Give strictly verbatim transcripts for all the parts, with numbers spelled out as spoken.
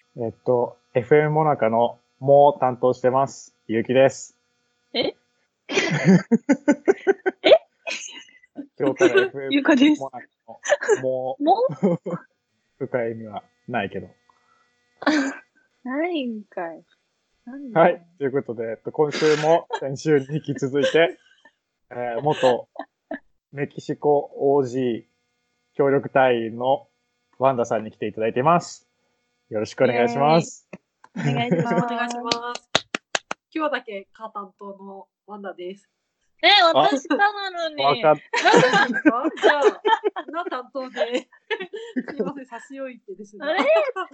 えっと、エフエム モナカのもう担当してます。ゆうきです。 ええ今日から エフエムゆうかです。 モナカのもう、 も深い意味はないけど。 ないんかい。なんだはい。ということで、えっと、今週も先週に引き続いて、えー、元メキシコ オージー 協力隊員のワンダさんに来ていただいています。よろしくお願いします。 お願いします。 お願いします。今日だけカ担当のワンダです。 え、私かなのに。 わかっなんでですか？じゃあ、な担当で。すいません、差し置いてですね。 あれ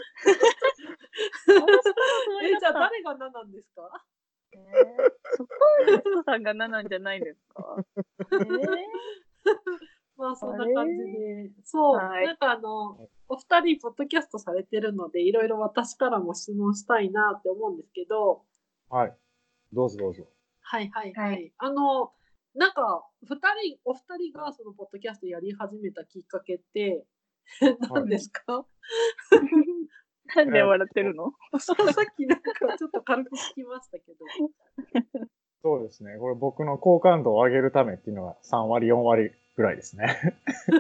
え、じゃあ誰がななんですか？ えー、そこはゲストさんがななんじゃないですか？えー、 まあそんな感じで。そう、なんかあの、お二人ポッドキャストされてるので、いろいろ私からも質問したいなって思うんですけど。 はい。どうぞどうぞ。 はいはいはい。はい、あの、なんか、二人、お二人がそのポッドキャストやり始めたきっかけって、何ですか？はい、 なんで笑ってるの？ さっきなんかちょっと軽く聞きましたけど。 そうですね。これ僕の好感度を上げるためっていうのがさん割、よん割ぐらいですね。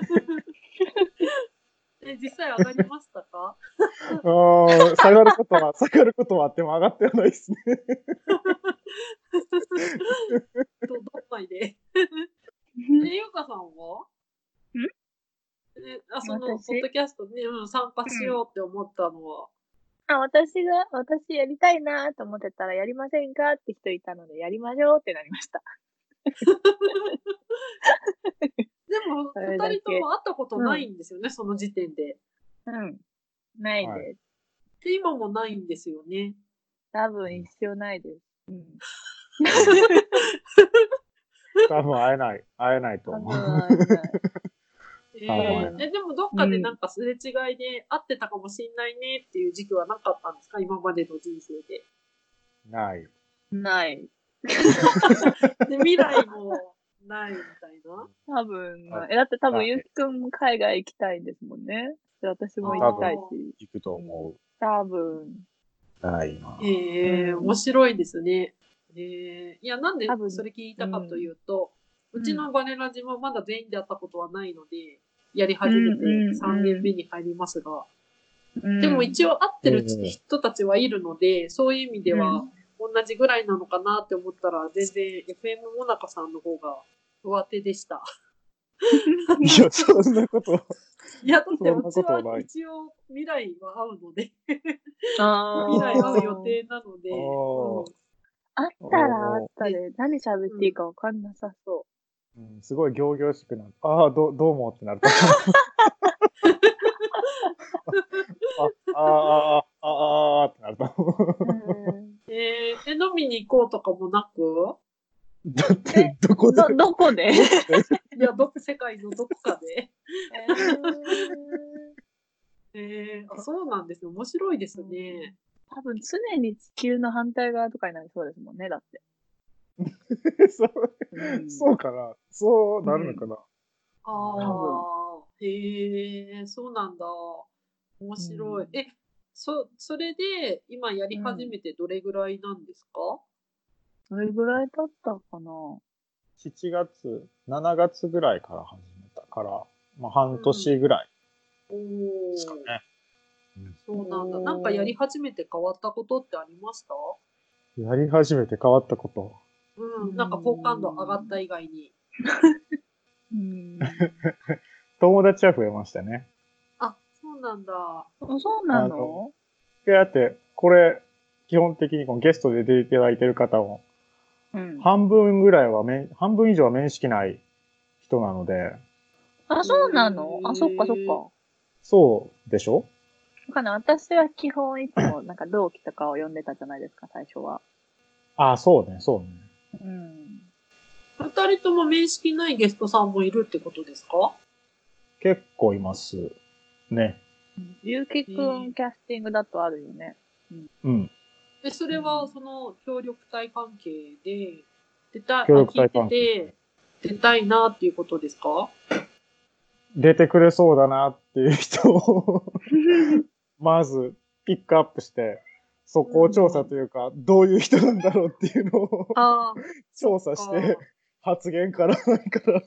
え、実際上がりましたか？ ああ、下がることは、下がることはあっても上がってはないですね。 ど、どっかいで。え、ゆうかさんは？ んえ、あ、その、ポッドキャストに、うん、参加しようって思ったのは、 うん、あ、私が、私やりたいなと思ってたら、やりませんかって人いたので、やりましょうってなりました。 でも、二人とも会ったことないんですよね、うん、その時点で。 うん。ないです。はい、 で、今もないんですよね。 多分一生ないです。うん。 多分会えない、会えないと思う。 多分会えない。 えー、え、でもどっかでなんかすれ違いで会ってたかもしんないねっていう時期はなかったんですか？今までの人生で。 ない。 ない。 で、未来もないみたいな？ 多分ない。え、だって多分ゆうきくんも海外行きたいですもんね。で、私も行きたいし。 行くと思う。 多分。 ないな。 えー、面白いですね。えー、いや、なんでそれ聞いたかというと、うちのバネラジもまだ全員で会ったことはないので、やり始めてさんねんめに入りますが、でも一応会ってる人たちはいるので、そういう意味では同じぐらいなのかなって思ったら、全然 エフエム モナカさんの方が上手でした。 いや、そんなことは。 いや、だってうちは一応未来は会うので、 あ未来会う予定なので、 会ったら会ったで、何喋っていいか分かんなさそう。 うん、すごい仰々しくなる。ああ、どどうもってなるとああ、ああ、ああ、ってなるとえー、飲みに行こうとかもなく？ だって、どこでど、どこでいや、ど、世界のどこかで。えー、えー、あ、そうなんですよ。面白いですね。 多分常に地球の反対側とかになりそうですもんね、だって。 そう、うん、そうかな。そうなるのかな。うん、 ああ、へえ、そうなんだ。面白い。うん、え、そ、それで今やり始めてどれぐらいなんですか？ どれぐらい経ったかな？ しちがつ、しちがつぐらいから始めたから、まあ半年ぐらいですかね。 うん、そうなんだ。なんかやり始めて変わったことってありました？ やり始めて変わったこと。 うん、なんか好感度上がった以外に。 うん友達は増えましたね。 あ、そうなんだ。あ、 そうなの？ だって、これ、基本的にこのゲストで出ていただいてる方も、うん、半分ぐらいはめ、半分以上は面識ない人なので。 あ、そうなの？あ、そっかそっか。 そうでしょ？ かな、私は基本いつもなんか同期とかを呼んでたじゃないですか、最初は。 あ、そうね、そうね。 うん。 二人とも面識ないゲストさんもいるってことですか？ 結構いますね。 ゆうきくんキャスティングだとあるよね。 うん。うん、 で、それはその協力隊関係で出た、 協力隊関係で出たいなっていうことですか？ 出てくれそうだなっていう人をまずピックアップして、そこを調査というか、うん、どういう人なんだろうっていうのを調査して、発言から何から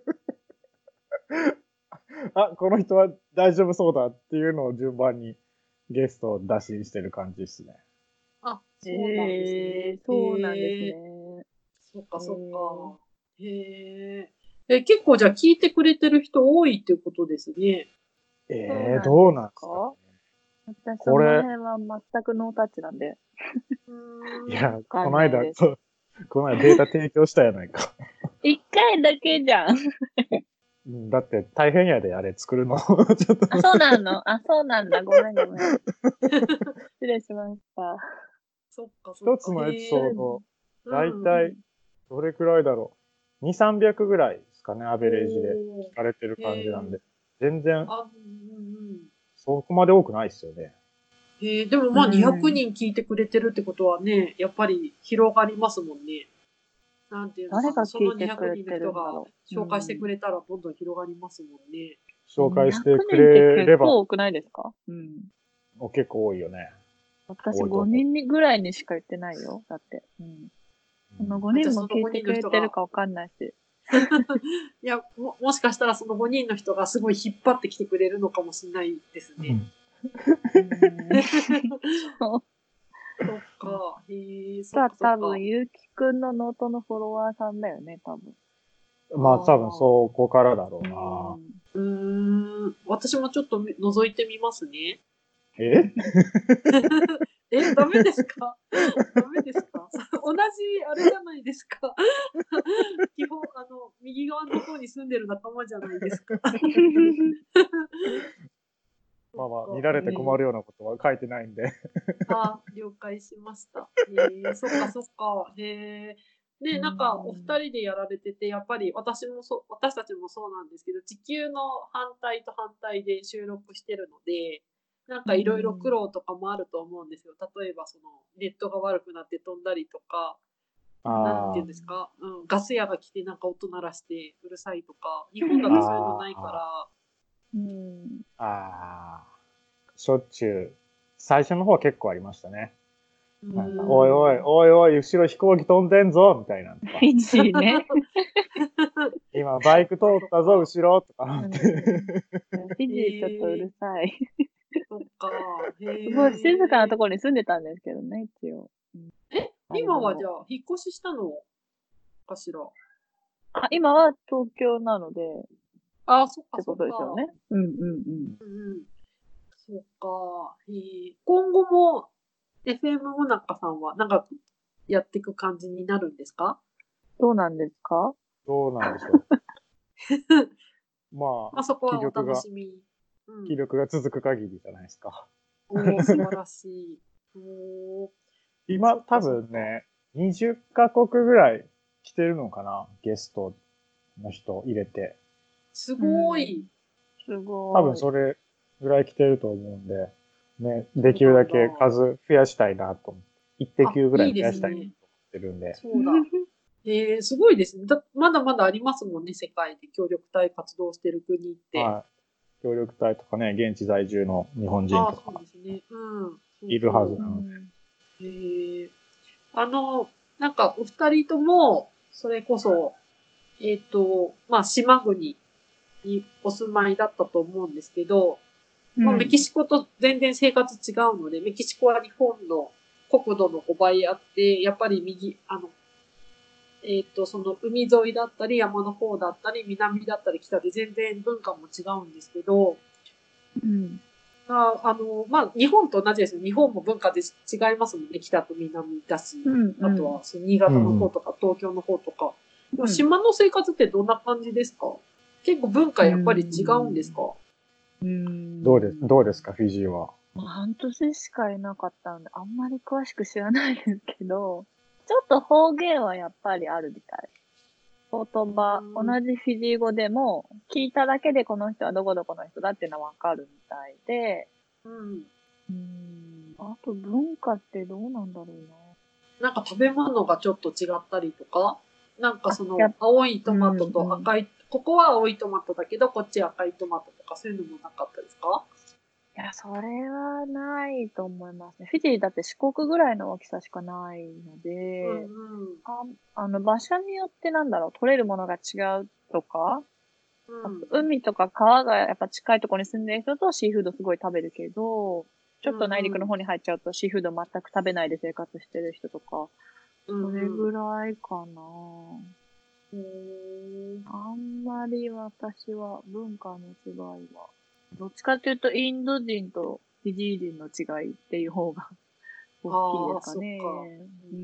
あ、この人は大丈夫そうだっていうのを順番にゲストを打診してる感じですね。 あ、そうなんですね。 そうなんですね。 そっかそっか。へえ。え、結構じゃあ聞いてくれてる人多いっていうことですね。 ええー、どうなんですか、 ね、私その辺は全くノータッチなんで。 いや、この間、この間データ提供したやないか。 一回だけじゃん。 だって大変やで、あれ作るの。ちょっとあ、そうなのあ、そうなんだ。ごめんごめん。失礼しました。 そっかそっか。 一つのエピソード、だいたいどれくらいだろう。に、さんびゃくぐらいですかね、アベレージで聞かれてる感じなんで。全然、そこまで多くないですよね。 へえ、でもまあにひゃくにん聞いてくれてるってことはね、やっぱり広がりますもんね。なんていうのかな、そのにひゃくにんの人が紹介してくれたらどんどん広がりますもんね。 紹介してくれれば。 結構多くないですか？うん。 結構多いよね。 私ごにんぐらいにしか言ってないよ。だって。うん。そのごにんも聞いてくれてるかわかんないし。 いやも、もしかしたらそのごにんの人がすごい引っ張ってきてくれるのかもしれないですね。 そう。 そっか。へえ、 そっか。多分、ゆうきくんのノートのフォロワーさんだよね、多分。 まあ、多分そこからだろうな。 うーん。私もちょっと覗いてみますね。 ええ、ダメですか？ダメですか？同じ、あれじゃないですか。基本、あの、右側の方に住んでる仲間じゃないですか。 まあまあ、見られて困るようなことは書いてないんで。 あ、了解しました。へえ、そっかそっか。へえ。で、なんか、お二人でやられてて、やっぱり私もそう、私たちもそうなんですけど、地球の反対と反対で収録してるので、なんかいろいろ苦労とかもあると思うんですよ。例えば、その、ネットが悪くなって飛んだりとか、なんていうんですか、うん、ガス屋が来てなんか音鳴らしてうるさいとか、日本だとそういうのないから。 うん、 ああ。しょっちゅう。最初の方は結構ありましたね。なんか、おいおい、おいおい、後ろ飛行機飛んでんぞみたいな。 フィジーね。 今、バイク通ったぞ、後ろとか。フィジーちょっとうるさい。 そっか。へすごい静かなところに住んでたんですけどね、一応。 え、今はじゃあ、引っ越ししたのかしら？ あ、今は東京なので。 あ、そっか、 ってことですよね。うんうんうん。 うん、そっか。へえ。今後も、エフエム もなかさんは長くやっていく感じになるんですか？ どうなんですか？ どうなんでしょう。まあ、 まあ、そこはお楽しみ。 うん、気力が続く限りじゃないですか。 おー、素晴らしい。お今、多分ね、にじゅっカ国ぐらい来てるのかな、ゲストの人入れて。 すごい。 すごい。 多分それぐらい来てると思うんで、ね、できるだけ数増やしたいなと思って。いってきゅうぐらい増やしたいなと思ってるんで。 そうだ。えー、すごいですね。だまだまだありますもんね、世界で協力隊活動してる国って。 はい。協力隊とかね、現地在住の日本人とか。 そうですね。うん。 いるはずなので。へー、あの、なんか、お二人とも、それこそ、えっと、まあ、島国にお住まいだったと思うんですけど、まあ、メキシコと全然生活違うので、メキシコは日本の国土のごばいあって、やっぱり右、あの、えっと、その海沿いだったり、山の方だったり、南だったり北で全然文化も違うんですけど、 うん。 ああの、まあ、日本と同じですよ。日本も文化で違いますもんね。北と南だし、うんうん、あとはその新潟の方とか、うん、東京の方とか。でも島の生活ってどんな感じですか？結構文化やっぱり違うんですか？ うん、 どうです、どうですか、フィジーは。 半年しかいなかったんで、あんまり詳しく知らないですけど、ちょっと方言はやっぱりあるみたい。言葉、同じフィジー語でも、聞いただけでこの人はどこどこの人だっていうのはわかるみたいで、 うん。 うん。あと文化ってどうなんだろうな。なんか食べ物がちょっと違ったりとか、なんかその青いトマトと赤い、うんうん、ここは青いトマトだけど、こっち赤いトマトとかそういうのもなかったですか？ いや、それはないないと思いますね。フィジーだって四国ぐらいの大きさしかないので、 うんうん。 ああの、場所によってなんだろう、取れるものが違うとか、 うん。 海とか川がやっぱ近いところに住んでる人とシーフードすごい食べるけど、ちょっと内陸の方に入っちゃうとシーフード全く食べないで生活してる人とか、 うんうん、 それぐらいかな。 うーん。 あんまり私は文化の違いは、どっちかというとインド人とフィジー人の違いっていう方が大きいですかね。 あーそっかうん。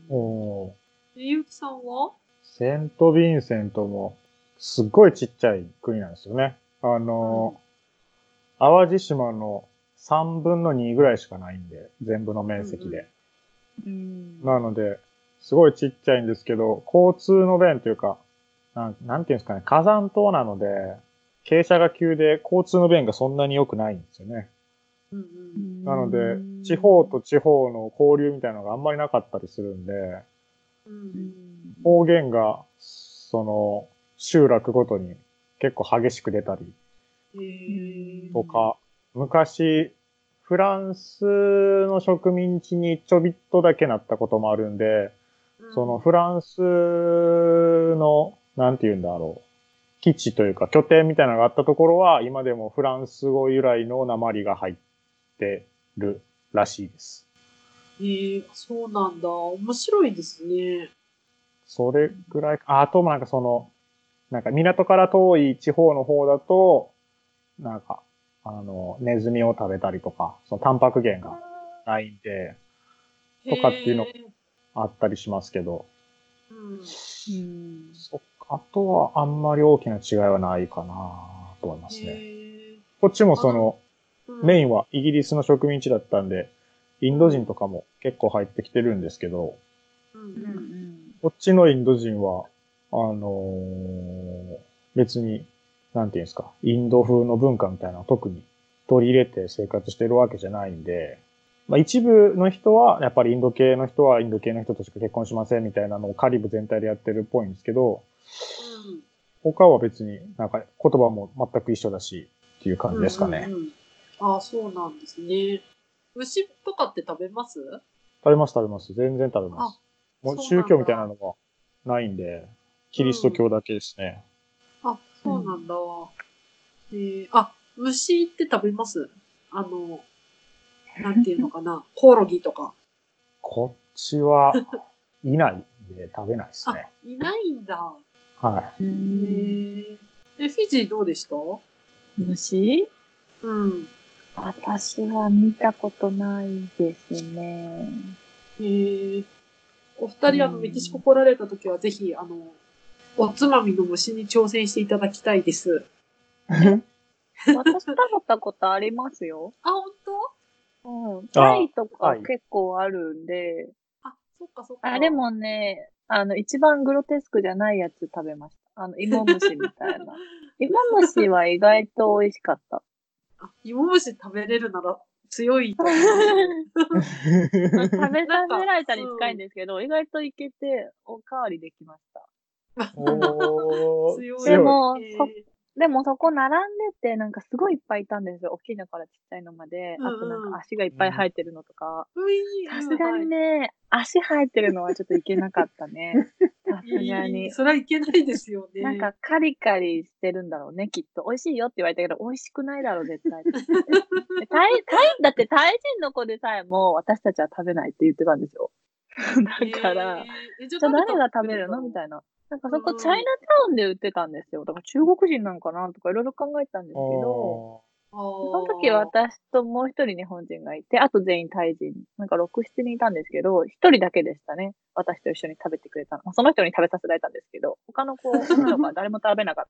おーえ、ゆうきさんは？ セント・ヴィンセントも、すっごいちっちゃい国なんですよね。あの、淡路島のさんぶんのにぐらいしかないんで、全部の面積で。 うん。 なので、すごいちっちゃいんですけど、交通の便というか、なんなんていうんですかね、火山島なので、傾斜が急で交通の便がそんなに良くないんですよね。 うんうんなので、地方と地方の交流みたいなのがあんまりなかったりするんで、 ううんん。 方言が、その、集落ごとに結構激しく出たりへえ。 とか、昔、フランスの植民地にちょびっとだけなったこともあるんで、そのフランスの、なんて言うんだろう、基地というか拠点みたいなのがあったところは、今でもフランス語由来の訛りが入ってるらしいです。 へえ、そうなんだ。面白いですね。 それぐらいか、ああともなんかその、なんか港から遠い地方の方だと、なんか、あの、ネズミを食べたりとか、そのタンパク源がないんで、とかっていうのへえ。 あったりしますけど、 うん。 うん。 そっか、あとはあんまり大きな違いはないかなと思いますね。 へえ。 こっちもあの、 その、 うん、 メインはイギリスの植民地だったんで、インド人とかも結構入ってきてるんですけど、 うんうん。ううん。 ん。 こっちのインド人は、あのー別に、なんていうんですか、インド風の文化みたいなのを特に取り入れて生活してるわけじゃないんで、まあ一部の人は、やっぱりインド系の人はインド系の人としか結婚しませんみたいなのをカリブ全体でやってるっぽいんですけど、 うん他は別になんか言葉も全く一緒だしっていう感じですかね。 うんうんうん、ああ、そうなんですね。牛とかって食べます？ 食べます食べます。全然食べまあ、 す。もうそうなんだ。 宗教みたいなのがないんで、キリストうん。 教だけですね。 あ、そうなんだ。えー、あ、虫って食べます？あの、なんていうのかな。コオロギとか。 こっちはいないんで食べないですあ、 ね。 いないんだ。 はうへん。 え。え、フィジーどうでした？ 虫うん。 私は見たことないですね。 へえ。おう二人、あの、メキシコん。 来られた時は、ぜひ、あの、おつまみの虫に挑戦していただきたいです。 い。 私食べたことありますよ。 あ、本当？ うん。タあ、 イとかはい。 結構あるんで、 あ、そっかそっあ、でか。 もね、あの、一番グロテスクじゃないやつ食べました。あの、芋虫みたいな。芋虫は意外と美味しかった。 あ、芋虫食べれるなら強いと思います。 食べさなんか、 せられたに近いんうん。 ですけど、意外といけて、おかわりできました。うん。 おー、 強い。 強い。 でも、そ、 えでもそこ並んでて、なんかすごいいっぱいいたんですよ。大きいのからちっちゃいのまで。 ー、うあとなんかんうん。 足がいっぱい生えてるのとか。 うい、うん、 さすがはい。 にね、足生えてるのはちょっといけなかったね。さすがいい、 に。 それはいけないですよなんね。 かカリカリしてるんだろうね、きっと。美味しいよって言われたけど、美味しくないだろう、絶対って言ってて。でタイ、タイ、だってタイ人の子でさえも私たちは食べないって言ってたんですよ。 えだから、 ー、え、じゃあじゃあ誰食誰が食べべるんだろるのみたいな。なんかう。うそこチャイナんうん。 タウンで売ってたんですよ。だから中国人なのかなとかいろいろ考えたんですけど、 ああその時あ。 私ともう一人日本人がいて、あと全員タイ人。なんかろく、しちにんいたんですけど、一人だけでしたね。私と一緒に食べてくれたの。まあその人に食べさせられたんですけど、他の子、女の子は誰も食べなかった。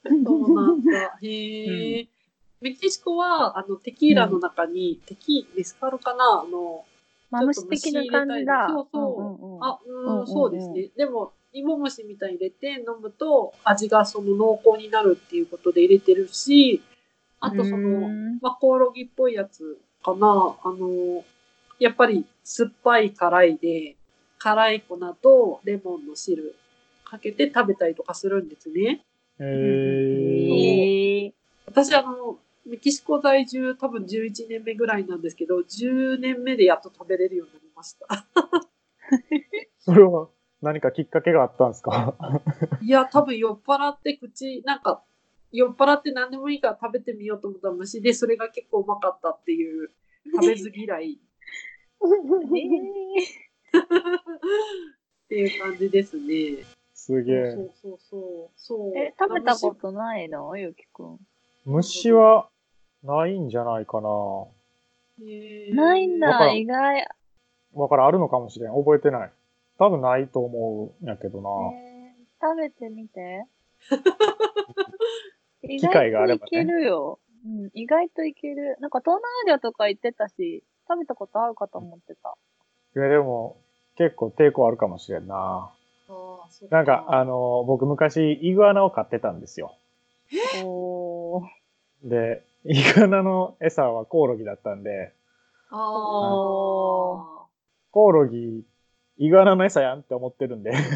そうなんだ。 うん。 へえ。メキシコは、あの、テキーラのうん。 中に、テキ、メスカルかなあの、 マムちょっとシ的な虫入れたいの。 感じだ。 そううんうそう。 んうん。 あ、 うんうーん、そうですうんうん。 ね。でも、芋虫みたいに入れて飲むと、味がその濃厚になるっていうことで入れてるし、 うあとその、 ーん。 まあ、コオロギっぽいやつかな。あの、やっぱり酸っぱい辛いで、辛い粉とレモンの汁かけて食べたりとかするんですね。 ー。 うんうん。 えー。 そう。 へえ。 私あの、 メキシコ在住多分じゅういちねんめぐらいなんですけど、じゅうねんめでやっと食べれるようになりました。 それは何かきっかけがあったんですか？ いや、多分酔っ払って口、なんか、酔っ払って何でもいいから食べてみようと思った虫で、それが結構うまかったっていう、食べず嫌い。っていう感じですね。 すげえ。 そうそうそうそう。 え、食べたことないのゆきくん。 虫はないんじゃないかな。 ないんだ、意外。 わからん、あるのかもしれん。覚えてない。多分ないと思うんやけどな。 えー、食べてみて。意機会があればね。 外といけるよ。うん、意外といける。なんか東南アジアとか行ってたし、食べたことあるかと思ってた。 いや、でも、結構抵抗あるかもしれんな。 あそなんか、あの、僕昔、イグアナを飼ってたんですよ。 おー。 で、イグアナの餌はコオロギだったんで、 ああ。 コオロギ、イグアナの餌やんって思ってるんで。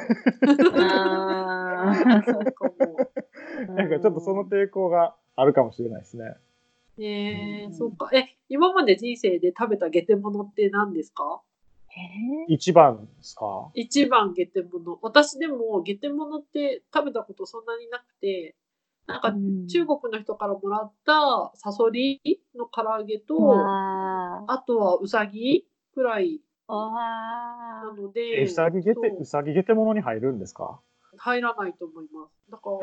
あーそうかも。 なんかちょっとその抵抗があるかもしれないですね。 ええー、そうか。え、今まで人生で食べたゲテモノって何ですか？ えー、 一番ですか？ 一番ゲテモノ。私でもゲテモノって食べたことそんなになくて、なんか中国の人からもらったサソリの唐揚げと、あとはウサギくらいなので。 え、うさぎゲテ、うさぎゲテモノに入るんですか？ 入らないと思います。だから、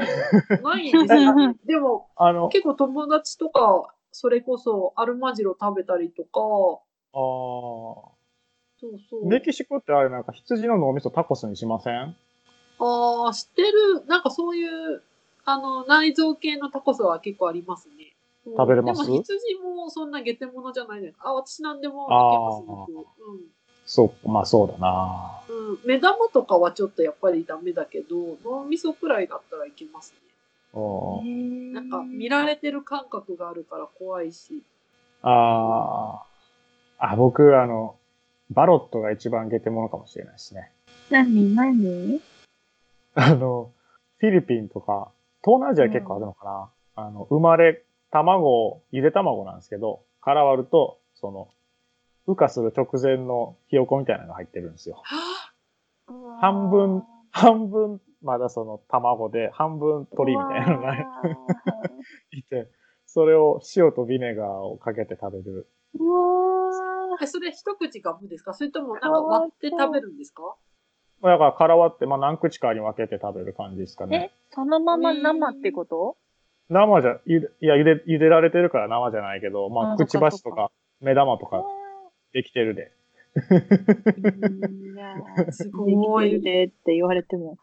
ないんですよね。でも、あの結構友達とか、それこそアルマジロ食べたりとか。 ああ。 そうそう。 メキシコってあれなんか羊の脳みそタコスにしません？ ああ、知ってる。なんかそういう、あの、内臓系のタコスは結構ありますね。 食べれます？ でも羊もそんなゲテモノじゃないですか。あ、私なんでもいけます、僕。うん。 そう、まあそうだな。 うん。目玉とかはちょっとやっぱりダメだけど、脳みそくらいだったらいけますね。なんか見られてる感覚があるから怖いし。 ああ。あ、僕、あの、バロットが一番ゲテモノかもしれないですね。 何何あの、フィリピンとか、東南アジア結構あるのかな、うん、あの、生まれ、卵、ゆで卵なんですけど、殻割ると、その、孵化する直前のひよこみたいなのが入ってるんですよ。半分、半分、まだその卵で、半分鳥みたいなのがいて、それを塩とビネガーをかけて食べる。 うわー。それ一口ガブですか？それともなんか割って食べるんですか？ だから殻割って、まあ何口かに分けて食べる感じですかね。 え、そのまま生ってこと？ 生じゃ、ゆで、いや、茹で、茹でられてるから生じゃないけど、まあ、くちばしとか、目玉とか、できてるで。 いやー、すごいでって言われても。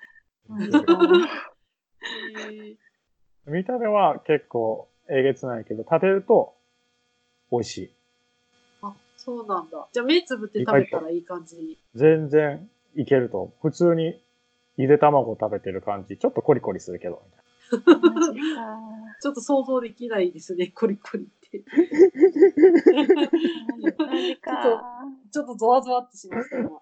見た目は結構えげつないけど、食べると美味しい。 あ、そうなんだ。じゃあ目つぶって食べたらいい感じ？ 全然いけると。普通にゆで卵食べてる感じ。ちょっとコリコリするけど。 ちょっと想像できないですね、コリコリって。ちょっと、ちょっとゾワゾワってしました、今。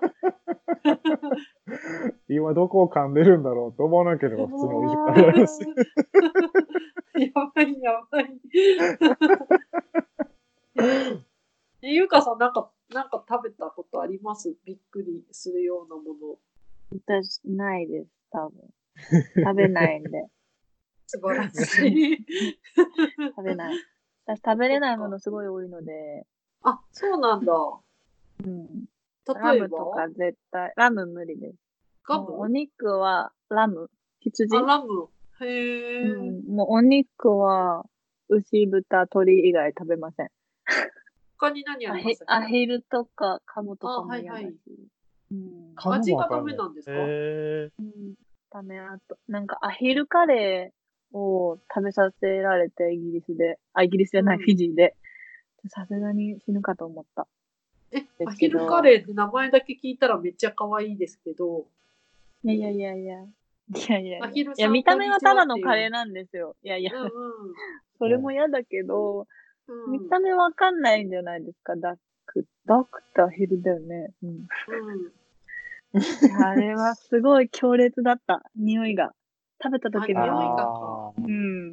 今どこを噛んでるんだろうと思わなければ普通に美味しく食べられます。 やばい、やばい。え、ゆうかさん、なんか、なんか食べたことあります？びっくりするようなもの。 私、ないです、多分。食べないんで。 素晴らしい。 食べない。私食べれないものすごい多いので。 あ、そうなんだ。 うん。 例えばラムとか絶対、ラム無理です。 ガム？ お肉はラム。羊？ あ、ラム。へえ、 うん。もうお肉は牛、豚、鶏以外食べません。 他に何ありますか？ アヒルとかカモとかも嫌だし。 はいはい、 うん、 味がダメなんですか？ へうん、ダメ。あと、なんかアヒルカレーを食べさせられて、イギリスで。あ、イギリスじゃない、うん、フィジーで。さすがに死ぬかと思った。 え、アヒルカレーって名前だけ聞いたらめっちゃ可愛いですけど。 いやいやいやいや。いやいやいや。いや、見た目はただのカレーなんですよ。いやいや。うんうん、それも嫌だけど、うん、見た目わかんないんじゃないですか、ダック。ダックってアヒルだよね。うん。うん、あれはすごい強烈だった。匂いが。食べた時の。 匂いがか。 うん。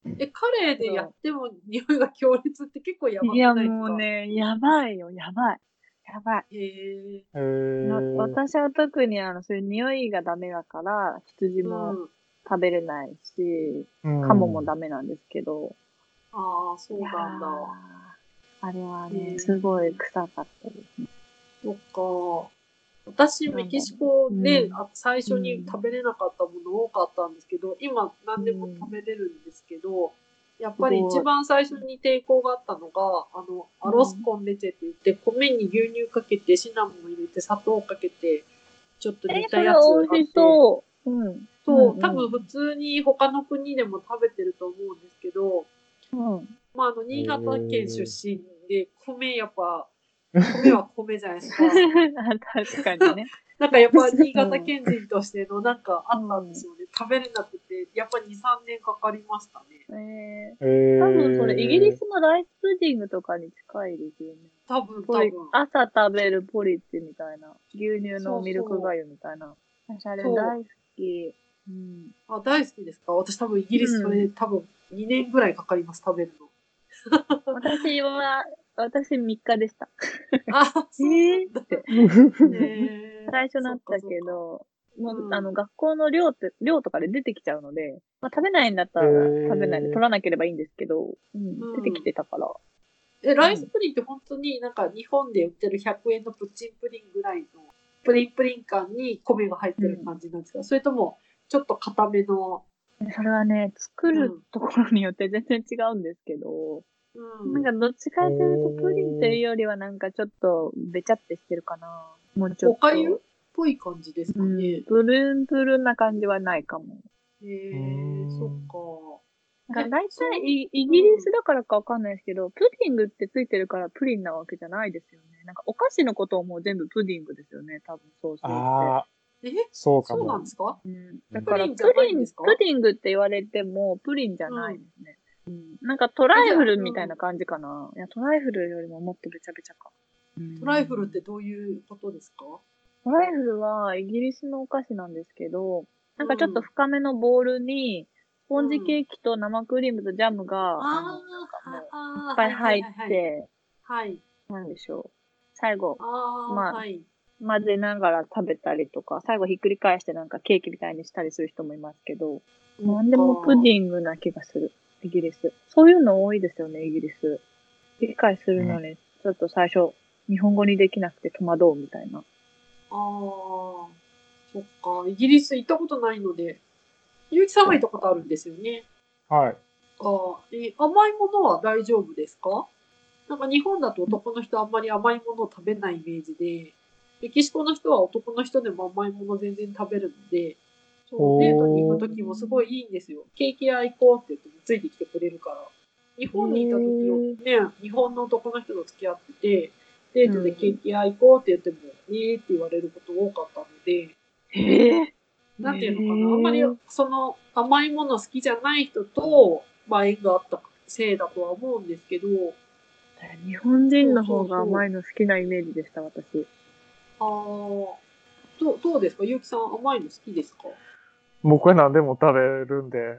え、カレーでやっても匂いが強烈って結構やばくいや、 ないですか？ もうね、やばいよ、やばい。やばい。 へえ。 へー。 私は特にあの、そういう匂いがダメだから、羊もうん。 食べれないし、 うんカモもダメなんですけど、 ああ、そういやなんだ。 ーあれはへね、 ーすごい臭かったですね。 そっか。私、メキシコで、 うんあ最初に食べれなかったもの多かったんですけど、今何でも食べれるんですけど、やっぱり一番最初に抵抗があったのが、あの、アロスコンレチェって言って、米に牛乳かけて、シナモン入れて、砂糖かけて、ちょっと煮え、それたやつあって美味し、そう。うん。 そう、 うん多分普通に他の国でも食べてると思うんですけど、 うん。 まあ、あの、新潟県出身で、米やっぱ、 へ米は米じゃないですか。 確かにね。 なんかやっぱ新潟県人としてのなんかあったんでしょうね。 うん食べれなくて、やっぱに、さんねんかかりましたえね。 ー、多分それイギリス。 スのライスプディングとかに近いですよね。 多分、多ポリ分。 朝食べるポリッジみたいな。牛乳そうのミルクそう。 粥みたいな。私あれそう。 大好き。うん。 あ、大好きですか？私多分イギリスそうん。 れ多分にねんぐらいかかります、食べるの。 私は、私みっかでした。 あ、そうえーなんだ。 って。 へえ。 最初なそっったかそっか。 けど、もう、あの、 うん。 学校の寮って、寮とかで出てきちゃうので、まあ、食べないんだったへら食べないで取ー。 らなければいいんですけど、うん、出てきうん。 てたから。 え、ライスうん。 プリンって本当になんか日本で売ってるひゃくえんのプッチンプリンぐらいのプリンプリン感に米が入ってる感じなんですか？それともちょっと固めの、 それはね、作うん、 るところによって全然違うんですけど、なんうん。 かどっちかというとプリンというおー。 よりはなんかちょっとべちゃってしてるかな。もうちょっおかゆっと。 ぽい感じですうん、 かね。 プルンプルンな感じはないかも。 へうーえ、そっん。 か。え、 なんか大そう、 体イイギリうん。 スだからかわかんないですけど、プディングってついてるからプリンなわけじゃないですよね。なんかお菓子のことをもう全部プディングですよね。多分そうするって。 ああ、 え、そうなそうかも。 んですか？ うん。 うん。 だからププリンじゃないんリン、 ですか？ プディングって言われてもプリンじゃうん。 ないですね。うん。なんかトラえ、じイフゃあ、うん。 ルみたいな感じかな。いや、トライフルよりももっとべちゃべちゃか。うトライフルっん。 てどういうことですか？ トライフルはイギリスのお菓子なんですけど、なんかちょっとうん。 深めのボウルに、スポンジうん。 ケーキと生クリームとジャムが、あの、なんあかあ、は、 もう、いっああ、はいはいぱい入っはいはい。 て、 はい。 なんでしょう。最後、 ああ、 まあ、 はい。 混ぜながら食べたりとか、最後ひっくり返してなんかケーキみたいにしたりする人もいますけど、 そうなんでもプデか。 ィングな気がする。イギリス。そういうの多いですよね、イギリス。理解するのに、ちょっと最初、日本語にできなくて戸惑うみたいな。 ああ、そっか。イギリス行ったことないので、ゆうきさんは行ったことあるんですよね。 はい。 ああ、え、甘いものは大丈夫ですか？なんか日本だと男の人あんまり甘いものを食べないイメージで、メキシコの人は男の人でも甘いもの全然食べるので、そう、デートに行くおー。 ときもすごいいいんですよ。ケーキ屋行こうって言ってもついてきてくれるから。日へ本にいたときをー。 ね、日本の男の人と付き合ってて、デートでケーうん。 キ屋行こうって言っても、ねーって言われること多かったので、 へえ。へなんていうのかな、あんまりえ。 その甘いもの好きじゃない人と、まあ縁があったせいだとは思うんですけど、 日本人そうの方がそうそう。 甘いの好きなイメージでした、私。 ああ、どう、どうですか？ゆうきさん甘いの好きですか？ 僕は何でも食べるんで、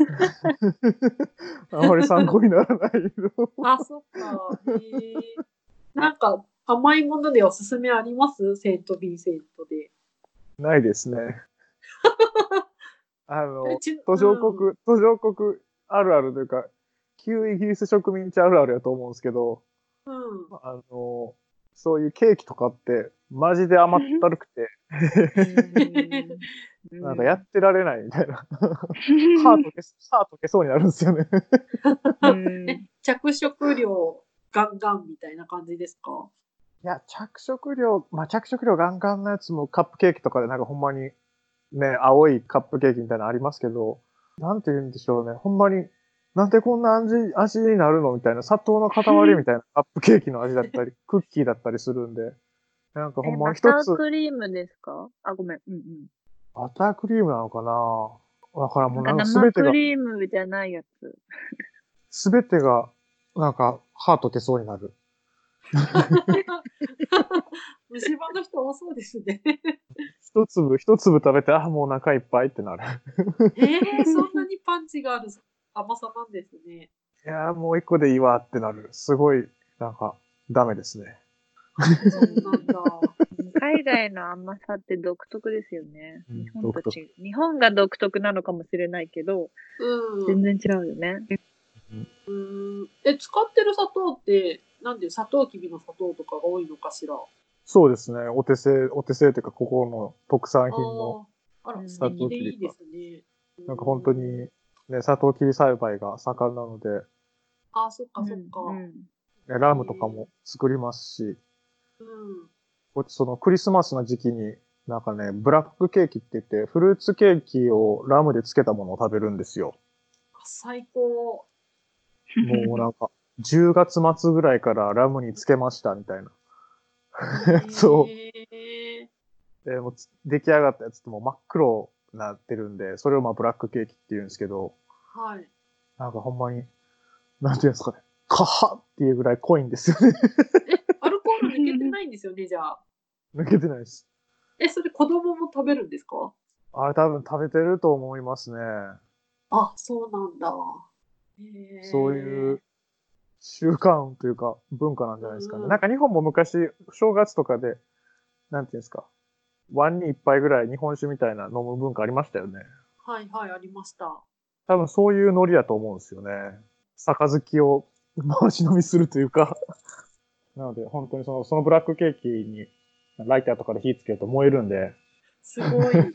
あまり参考にならないの。 あ、そっか。へえ。なんか甘いものでおすすめあります？セント・ヴィンセントで。 ないですね。あの、 えち、 途上うん。 国、途上国あるあるというか、旧イギリス植民地あるあるやと思うんですけど、 うん。 あの、そういうケーキとかって、マジで甘ったるくて、 うーん。うなんかやん。 ってられないみたいな。歯溶け、歯溶けそうになるんですよね。 うえ、 ん。 着色料ガンガンみたいな感じですか？ いや、着色料、まあ、着色料ガンガンのやつもカップケーキとかでなんかほんまにね、青いカップケーキみたいなのありますけど、なんて言うんでしょうね。ほんまに、なんでこんな味、味になるのみたいな、砂糖の塊みたいなカップケーキの味だったり、クッキーだったりするんで、なんかほえ、 んまバターに一つ、 クリームですか？あ、ごめん。うんうん。 バタークリームなのかなわからん。もなんかうなんかす生クべてが、 リームじゃないやつ。 すべてが、なんか、歯溶けそうになる。 虫歯の人多そうですね。 一粒、一粒食べて、あ、もうお腹いっぱいってなる。 ええー、そんなにパンチがある。 甘さなんですね。 いやーもう一個でいいわってなる。すごい、なんか、ダメですね。 そうなんだ。 海外の甘さって独特ですよね。 うん日本と独特違う。日本が独特なのかもしれないけど、 うん。 全然違うよね。 うーん。え、使ってる砂糖って、なんで砂糖きびの砂糖とかが多いのかしら。 そうですね。お手製、お手製というか、ここの特産品のああ、あら、 うん素敵でいいですね。 なんか本当に、ね、サトウキビ栽培が盛んなので、 ああ、そっかうんそっか。 うんねラムとかも作りますし、 うん。 こっちそのクリスマスの時期に、なんかね、ブラックケーキって言って、フルーツケーキをラムで漬けたものを食べるんですよ。 最高。 もうなんか、じゅうがつ末ぐらいからラムに漬けましたみたいな。そへえ。 う。でもう出来上がったやつってもう真っ黒になってるんで、それをまあブラックケーキって言うんですけど、 はい。 なんかほんまに、なんていうんですかね、カハっていうぐらい濃いんですよね。 え、アルコール抜けてないんですよね、じゃあ。 抜けてないです。 え、それ子供も食べるんですか？ あれ多分食べてると思いますね。 あ、そうなんだ。へそういえ。 う習慣というか文化なんじゃないですかね。 うん。 なんか日本も昔、正月とかで、なんていうんですか、ワンに一杯ぐらい日本酒みたいな飲む文化ありましたよね。 はいはい、ありました。 多分そういうノリだと思うんですよね。杯を回し飲みするというか。なので本当にその、そのブラックケーキにライターとかで火つけると燃えるんで、 すごい。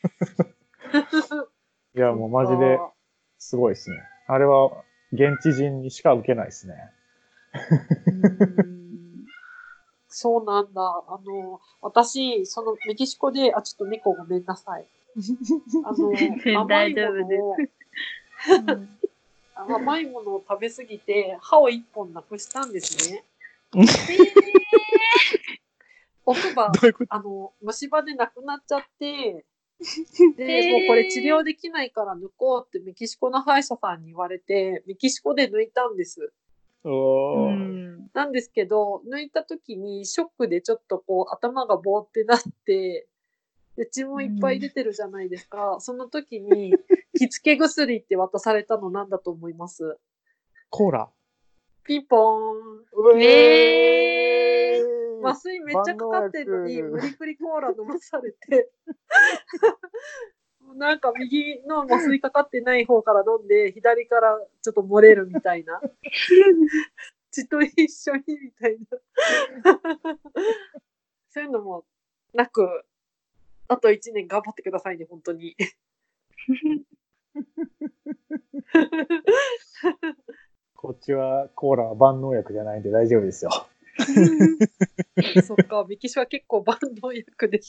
いやもうマジでそっか。 すごいですね。あれは現地人にしか受けないですね。 うんそうなんだ。あの、私、そのメキシコで、あ、ちょっと猫ごめんなさい。あの、甘いも大丈夫でのを、 す。うん甘いものを食べ過ぎて、歯を一本なくしたんですね。 えー奥歯、 どういうこと？ あの、虫歯でなくなっちゃって、で、 えーもうこれ治療できないから抜こうってメキシコの歯医者さんに言われて、メキシコで抜いたんです。 うおー。 んなんですけど、抜いた時にショックでちょっとこう頭がボーってなって、で血もいっぱい出てるじゃないですか。その時に、着付け薬って渡されたのなんだと思います？ コーラ。 ピンポーン。 うえー麻酔めっちゃかかってんのに、無理くりコーラ飲まされて、なんか右の麻酔かかってない方から飲んで、左からちょっと漏れるみたいな。血と一緒にみたいな。そういうのもなく、あと一年頑張ってくださいね、本当に。 こっちはコーラは万能薬じゃないんで大丈夫ですよ。 そっか、メキシは結構万能薬です。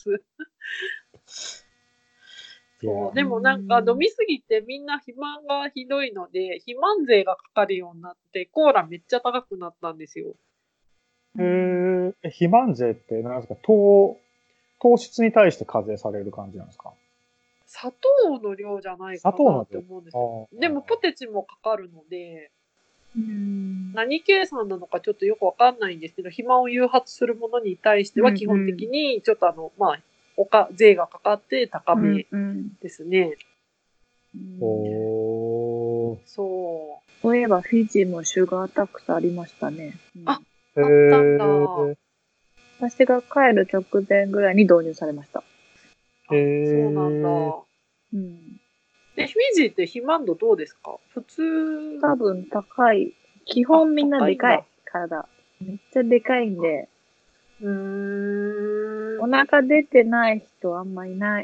いやそうでもなんか飲みすぎてみんな肥満がひどいので、肥満税がかかるようになって、コーラめっちゃ高くなったんですよ。 へーえ、肥満税って何ですか？糖、糖質に対して課税される感じなんですか？ 砂糖の量じゃないかなって思うんですよ。でもポテチもかかるので、 うん何計算なのかちょっとよくわかんないんですけど、肥満を誘発するものに対しては基本的にちょっとあの、まあ、おか、税がかかって高めですね。 うんおー。 そそういえばフィジーもシュガータックスありましたね。うんあへあったんだー。 私が帰る直前ぐらいに導入されました。 う。 へー。 そうなんだ。 うん、 で、フィジーって肥満度どうですか？普通。 多分高い。基本みんなでかい。 あ高いんだ体。めっちゃでかいんで、 うーん。 お腹出てない人あんまいない。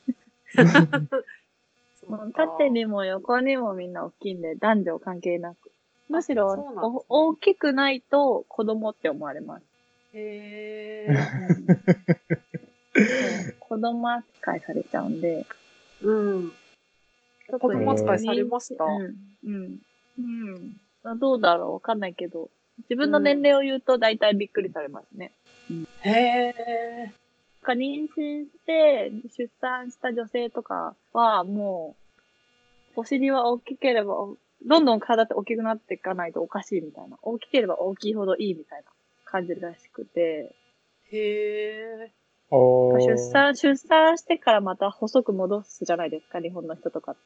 そうか縦にも横にもみんな大きいんで、男女関係なく。むしろ、 そうなんですねお大きくないと子供って思われます。 へうんそう子供扱いされちゃうんで。 ー。うん。子供扱いされました。 うん。うん。うん。どうだろうわかんないけど、自分の年齢を言うと大体びっくりされますね。 へえ。 か妊娠して出産した女性とかはもう、お尻は大きければ、どんどん体って大きくなっていかないとおかしいみたいな。大きければ大きいほどいいみたいな感じらしくて。 へえ。 おー。 出産、出産してからまた細く戻すじゃないですか、日本の人とかって。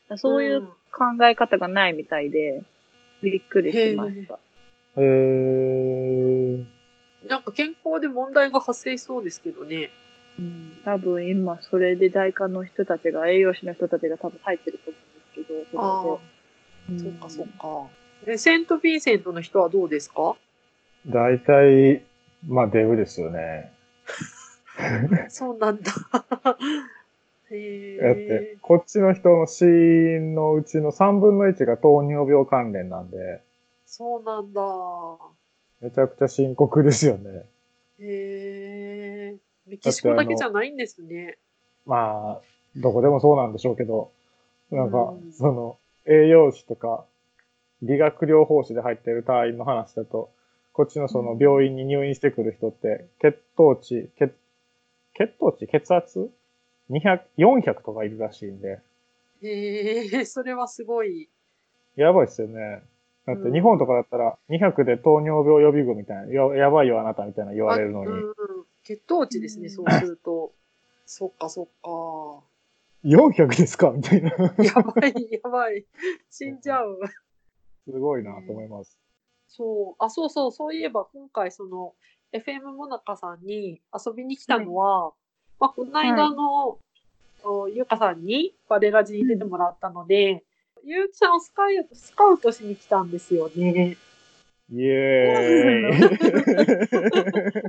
そういう考え方がないみたいで、びっくりしました。 へー。 なんか健康で問題が発生しそうですけどね。 うん、多分今それで大科の人たちが、栄養士の人たちが多分入ってると思うんですけど、 ああ、 うん、 そうかそうか。え、セント・ヴィンセントの人はどうですか？ 大体、まあデブですよね。 そうなんだ。へだって、こっちの人の死因のうちのさんぶんのいちが糖尿病関連なんで。 そうなんだ。 めちゃくちゃ深刻ですよね。 へえ。メキシコだけじゃないんですね。 まあ、どこでもそうなんでしょうけど、なんか、 うん、 その、栄養士とか、理学療法士で入ってる隊員の話だと、こっちのその病院に入院してくる人って、血糖値、血、血糖値、血圧にひゃく、よんひゃくとかいるらしいんで。 へえ、それはすごい。 やばいっすよね。だって日本とかだったらにひゃくで糖尿病予備軍みたいな、ややばいよあなたみたいな言われるのに。 うん、血糖値ですね、そうすると。そっかそっか。 よんひゃくですかみたいな。 やばい、やばい。死んじゃう。 すごいなと思います。 そう。あ、そうそう。そういえば今回その、エフエム もなかさんに遊びに来たのは、はい、まあ、この間の、はい、ゆうかさんにバレラジに出てもらったので、うん、ゆうきさんをスカイスカウトしに来たんですよね。 イエーイ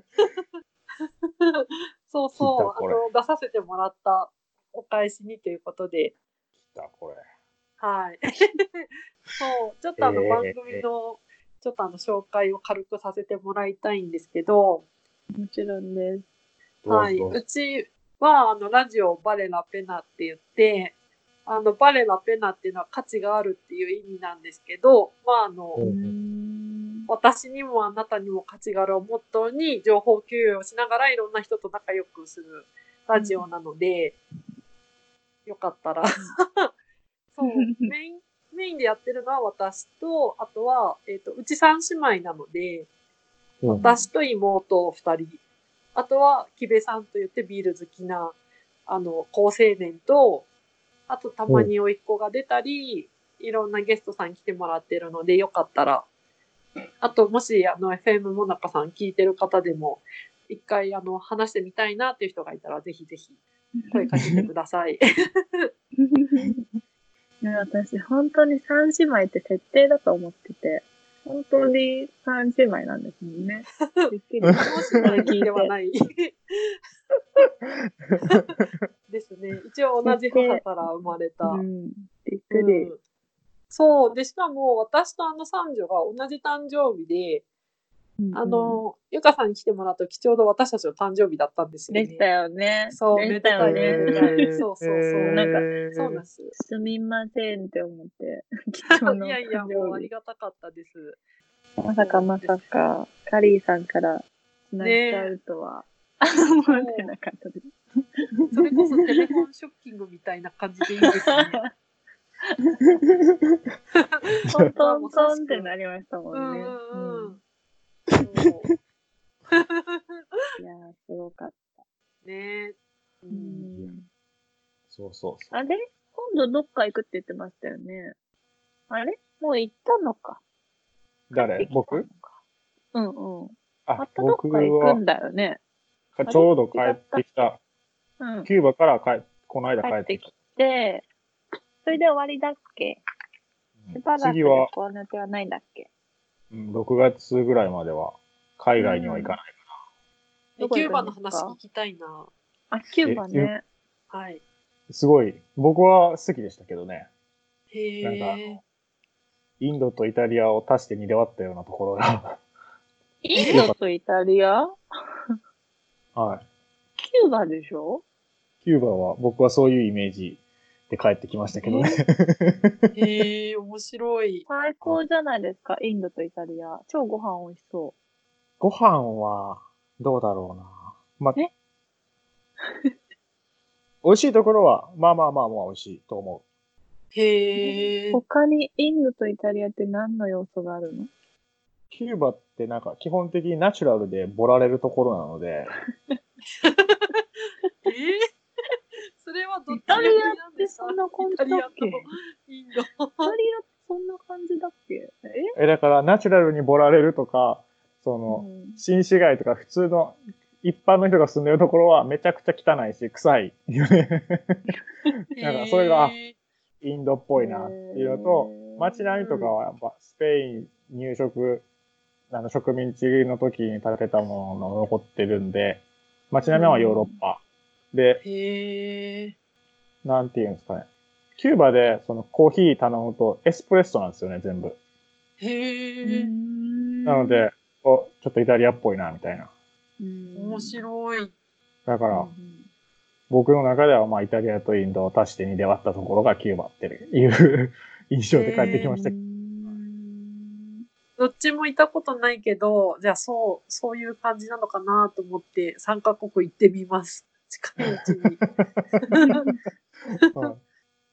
そうそう。あの、出させてもらったお返しにということで。 来た、これ。 はい。そう。ちょっとあの、番組の、ちょっとあの、紹介を軽くさせてもらいたいんですけど。 もちろんです。 はい。うちは、あの、ラジオバレラペナって言って、あの、バレラペナっていうのは価値があるっていう意味なんですけど、まあ、あの、私にもあなたにも価値があるをモットーに情報共有をしながらいろんな人と仲良くするラジオなので、うん、よかったら。そう、メイン、メインでやってるのは私と、あとは、えっと、うち三姉妹なので、うん、私と妹二人。あとは、木部さんと言ってビール好きな、あの、高青年と、あとたまに甥っ子が出たり、うん、いろんなゲストさん来てもらってるので、よかったら、あと、もし、あの、エフエム もなかさん聞いてる方でも、一回、あの、話してみたいなっていう人がいたら、ぜひぜひ、声かけてください。 私、本当に三姉妹って設定だと思ってて、本当に三姉妹なんですもんね。びっくり。 三姉妹ではない。ですね。一応同じ母から生まれた。うん、 びっくり。うん、 そう。で、しかも、私とあの三女が同じ誕生日で、うんうん、あの、ゆかさんに来てもらった時ちょうど私たちの誕生日だったんですよね。 でしたよね。 そう、 でしたよね。 そうそうそう。なんか、そうなんです。 すみませんって思って。 いやいや、もうありがたかったです。 まさかまさか、カリーさんからつなげちゃうとは、思ってなかったです。 それこそテレフォンショッキングみたいな感じでいいですね。 トントントンってなりましたもんね。うんうんそういやー、すごかった。 ねえ。うん、そうそうそう。 あれ今度どっか行くって言ってましたよね。あれもう行ったのか。 誰僕うんうん。 あ、 またどっか行くんだよね。 ちょうど帰ってきた。うん、キューバから帰この間帰ってきた。 帰ってきて、それで終わりだっけ、うん、しばらく旅行の予定はないんだっけうん、ろくがつぐらいまでは海外には行かないかな。うん、キューバの話聞きたいな。 あ、キューバね。 はい。 すごい、僕は好きでしたけどね。 へー。 なんかあの、インドとイタリアを足してにで割ったようなところが。 インドとイタリアはい。 キューバでしょキューバは僕はそういうイメージで帰ってきましたけどね。 へえー、面白い。 最高じゃないですか、インドとイタリア。超ご飯美味しそう。 ご飯は、どうだろうな。まあ、 え美味しいところは、まあまあまあまあ美味しいと思う。 へえ。 他にインドとイタリアって何の要素があるの？ キューバってなんか基本的にナチュラルでボラれるところなので。 えー、それはどっちイタリアってさ、 そんな感じだっけ？イタインド。 リアってそんな感じだっけ？ええ、だからナチュラルにボラれるとか、その、 うん新市街とか普通の一般の人が住んでるところはめちゃくちゃ汚いし、臭いよね。なんかそれが、あへインドっぽいなっていうのと、街並みとかはやっぱスペイン入植、あの植民地の時に建てたものが残ってるんで、街並みはヨーロッパ。で、 ー。へー。 なんていうんですかね。キューバでそのコーヒー頼むとエスプレッソなんですよね、全部。 へー。 なので、お、ちょっとイタリアっぽいな、みたいな。 面白い。 だから、 うん僕の中ではまあイタリアとインドを足してにで割ったところがキューバっていう印象で帰ってきました。 どっちもいたことないけど、じゃあそう、そういう感じなのかなと思ってさんカ国行ってみます。近いうちに。 はい、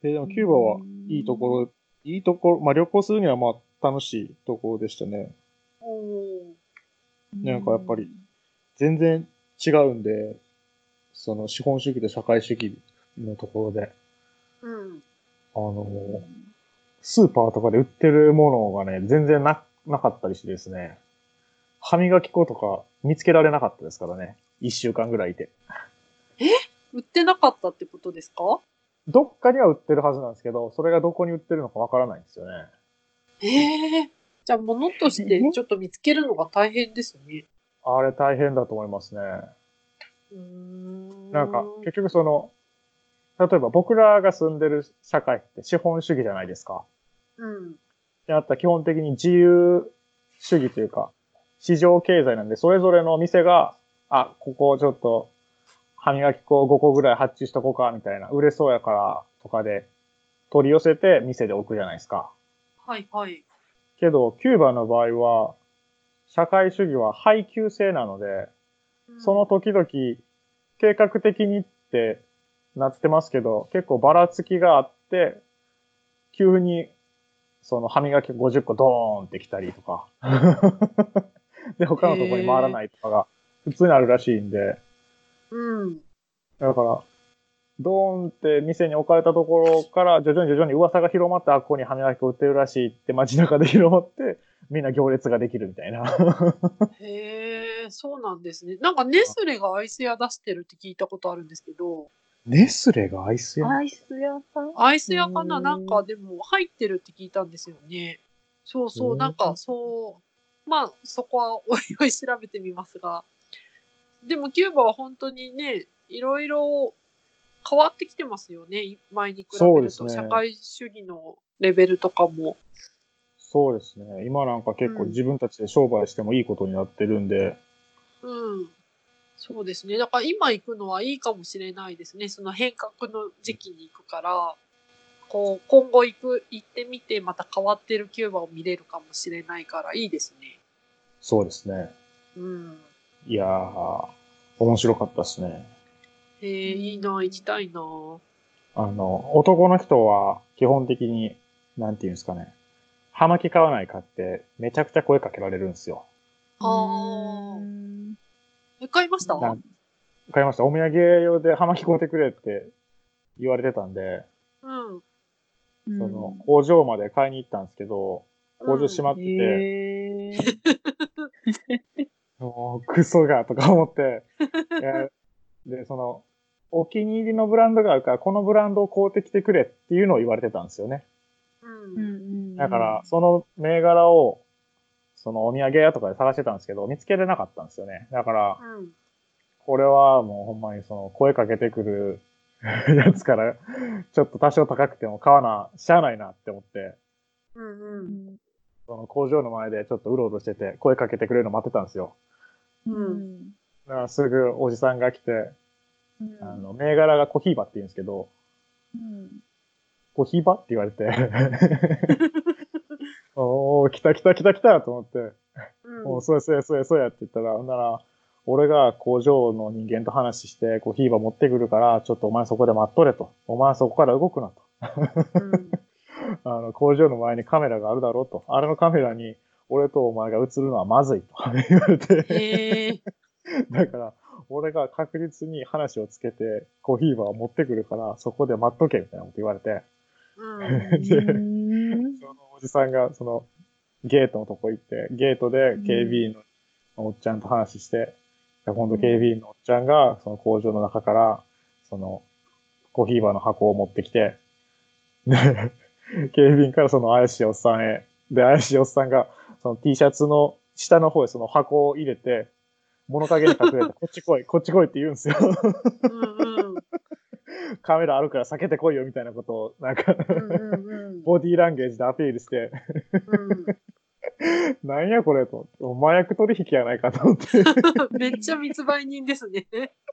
でもキューバはいいところ、いいところ、まあ旅行するにはまあ楽しいところでしたね。 おなんかやっぱり全然違うんで、その資本主義と社会主義のところで、 うん、 あの、スーパーとかで売ってるものがね、全然な、なかったりしてですね、歯磨き粉とか見つけられなかったですからね。一週間ぐらいいて。 え売ってなかったってことですか？ どっかには売ってるはずなんですけど、それがどこに売ってるのかわからないんですよね。 ええー、じゃあ物としてちょっと見つけるのが大変ですね。 あれ大変だと思いますね。 うーんなんか、結局その、例えば僕らが住んでる社会って資本主義じゃないですか。 うん。 であったら基本的に自由主義というか、市場経済なんで、それぞれの店が、あ、ここちょっと、歯磨き粉ごこぐらい発注しとこうか、みたいな、売れそうやからとかで、取り寄せて店で置くじゃないですか。 はいはい。 けど、キューバの場合は、社会主義は配給制なので、その時々、計画的にってなってますけど、結構ばらつきがあって、急に、その歯磨きごじゅっこドーンってきたりとか。で、他のとこに回らないとかが普通にあるらしいんで。 うん。 だから、ドーンって店に置かれたところから徐々に徐々に噂が広まって、あ、ここに歯磨き粉売ってるらしいって街中で広まって、みんな行列ができるみたいな。 へえ、そうなんですね。なんかネスレがアイス屋出してるって聞いたことあるんですけど。 ネスレがアイス屋？ アイス屋さん？ アイス屋かな？なんかでも入ってるって聞いたんですよね。そうそう、なんかそう、まあそこはおいおい調べてみますが。でもキューバは本当にね、いろいろ変わってきてますよね。前に比べると、ね、社会主義のレベルとかも。 そうですね。今なんか結構自分たちで商売してもいいことになってるんで。 うん。そうですね。だから今行くのはいいかもしれないですね。その変革の時期に行くから、こう、今後行く、行ってみてまた変わってるキューバを見れるかもしれないからいいですね。 そうですね。 うん。 いやー、面白かったですね。 へえ、いいな、行きたいな。 あの、男の人は基本的に、なんていうんですかね。葉巻買わないかってめちゃくちゃ声かけられるんですよ。 ああ。え、買いました？ 買いました。お土産用で葉巻買うてくれって言われてたんで、 うん。 その、工場まで買いに行ったんですけど、工場閉まってて、 へーもう、クソが、とか思って、で、その、お気に入りのブランドがあるから、このブランドを買うてきてくれっていうのを言われてたんですよね。 うん。 だから、その銘柄を、そのお土産屋とかで探してたんですけど、見つけれなかったんですよね。だから、 うん、 これはもうほんまにその声かけてくるやつから、ちょっと多少高くても買わな、しゃあないなって思って、 うんうん、 その工場の前でちょっとうろうろしてて、声かけてくれるの待ってたんですよ。 うん。 だからすぐおじさんが来て、うん、あの、銘柄がコヒーバって言うんですけど、うん、コヒーバって言われて、おー、来た来た来た来たと思って、うん、おそうやそうやそうやそうやって言ったら、ほんなら、俺が工場の人間と話して、コーヒーバ持ってくるから、ちょっとお前そこで待っとれと。お前そこから動くなと。うん、あの、工場の前にカメラがあるだろうと。あれのカメラに、俺とお前が映るのはまずいと言われて。だから、 俺が確実に話をつけて、コーヒーバーを持ってくるから、そこで待っとけみたいなこと言われて、 うん。 で、そのおじさんが、その、ゲートのとこ行って、ゲートで警備員のおっちゃんと話して、今度警備員のおっちゃんが、その工場の中から、その、コーヒーバーの箱を持ってきて、で、警備員からその怪しいおっさんへ、で、怪しいおっさんが、その T シャツの下の方へその箱を入れて、物陰に隠れて、こっち来い、こっち来いって言うんですよ。 うんうん。 カメラあるから避けてこいよみたいなことを、なんか、 うんうんうん。 ボディーランゲージでアピールして、 うんなんやこれと。麻薬取引やないかと思って。 めっちゃ密売人ですね。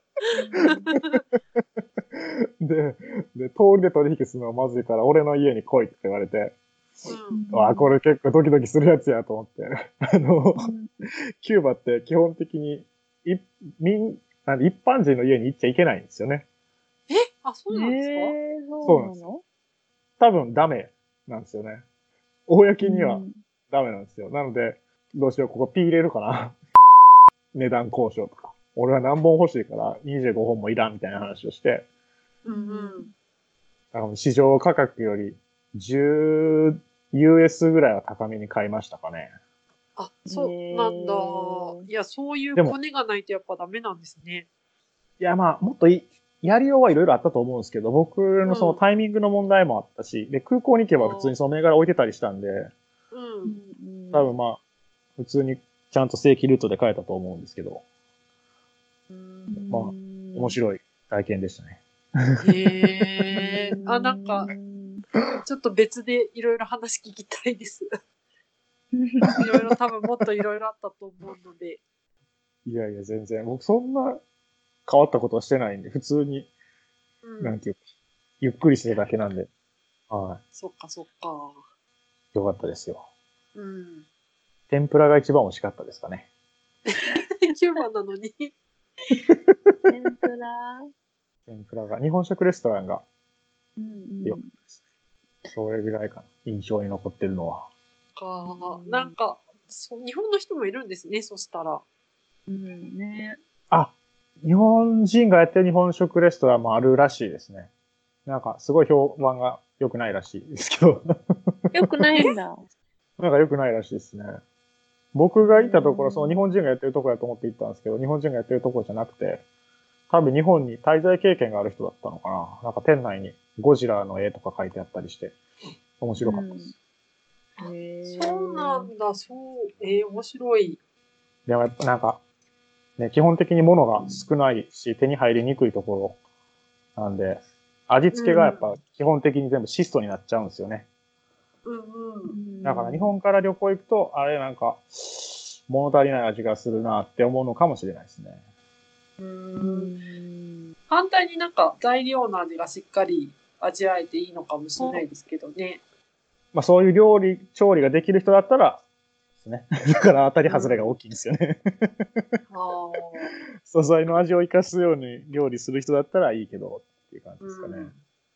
で、で、通りで取引するのはまずいから、俺の家に来いって言われて、 うん。 あ、これ結構ドキドキするやつやと思って。あの、キューバって基本的に、い、みん、あの一般人の家に行っちゃいけないんですよね。 えあ、そうなんですか、 えー、 そそううなんのなですよ。多分ダメなんですよね。公にはうんダメなんですよ。なので、どうしよう、ここ P 入れるかな。値段交渉とか。俺は何本欲しいからにじゅうごほんもいらんみたいな話をして、 うんうん。 あの市場価格よりじゅうユーエス ぐらいは高めに買いましたかね。 あ、そうなんだ。 へーいや、そういうでもコネがないとやっぱダメなんですね。 いや、まあ、もっといやりようはいろいろあったと思うんですけど、僕のそのタイミングの問題もあったし、で、空港に行けば普通にその銘柄置いてたりしたんで、 うん。 多分まあ、普通にちゃんと正規ルートで買えたと思うんですけど、 うんまあ、面白い体験でしたね。 へえ。あ、なんか、ちょっと別でいろいろ話聞きたいです。いろいろ多分もっといろいろあったと思うので。 いやいや、全然。僕そんな変わったことはしてないんで、普通に、 うん。 なんていうか、ゆっくりしてるだけなんで、はそっかそっか。 い。よかったですよ。 うん。 天ぷらが一番美味しかったですかね。 キューバなのに。 天ぷら天ぷらが、日本食レストランがうんよかったですね。それぐらいかな。印象に残ってるのは。 か、なんか、そう、日本の人もいるんですね、そしたら。 うんね。 あ、日本人がやってる日本食レストランもあるらしいですね。なんか、すごい評判が良くないらしいですけど。 よくないんだ。 なんか良くないらしいですね。僕がいたところ、その日本人がやってるところだと思って行ったんですけど、日本人がやってるところじゃなくて、多分日本に滞在経験がある人だったのかな。なんか店内にゴジラの絵とか書いてあったりして、面白かったです。 うん、へそうなんだ、そう、えー、面白い。 でもやっぱなんか、ね、基本的に物が少ないし、手に入りにくいところなんで、味付けがやっぱ基本的に全部質素になっちゃうんですよね。 うんうん。 だから日本から旅行行くと、あれなんか、物足りない味がするなって思うのかもしれないですね。 うーん。反対になんか材料の味がしっかり味わえていいのかもしれないですけどね。 まあそういう料理、調理ができる人だったら、ですね。だから当たり外れが大きいんですよね。 ああ。 素材の味を生かすように料理する人だったらいいけどっていう感じですかね。 うん、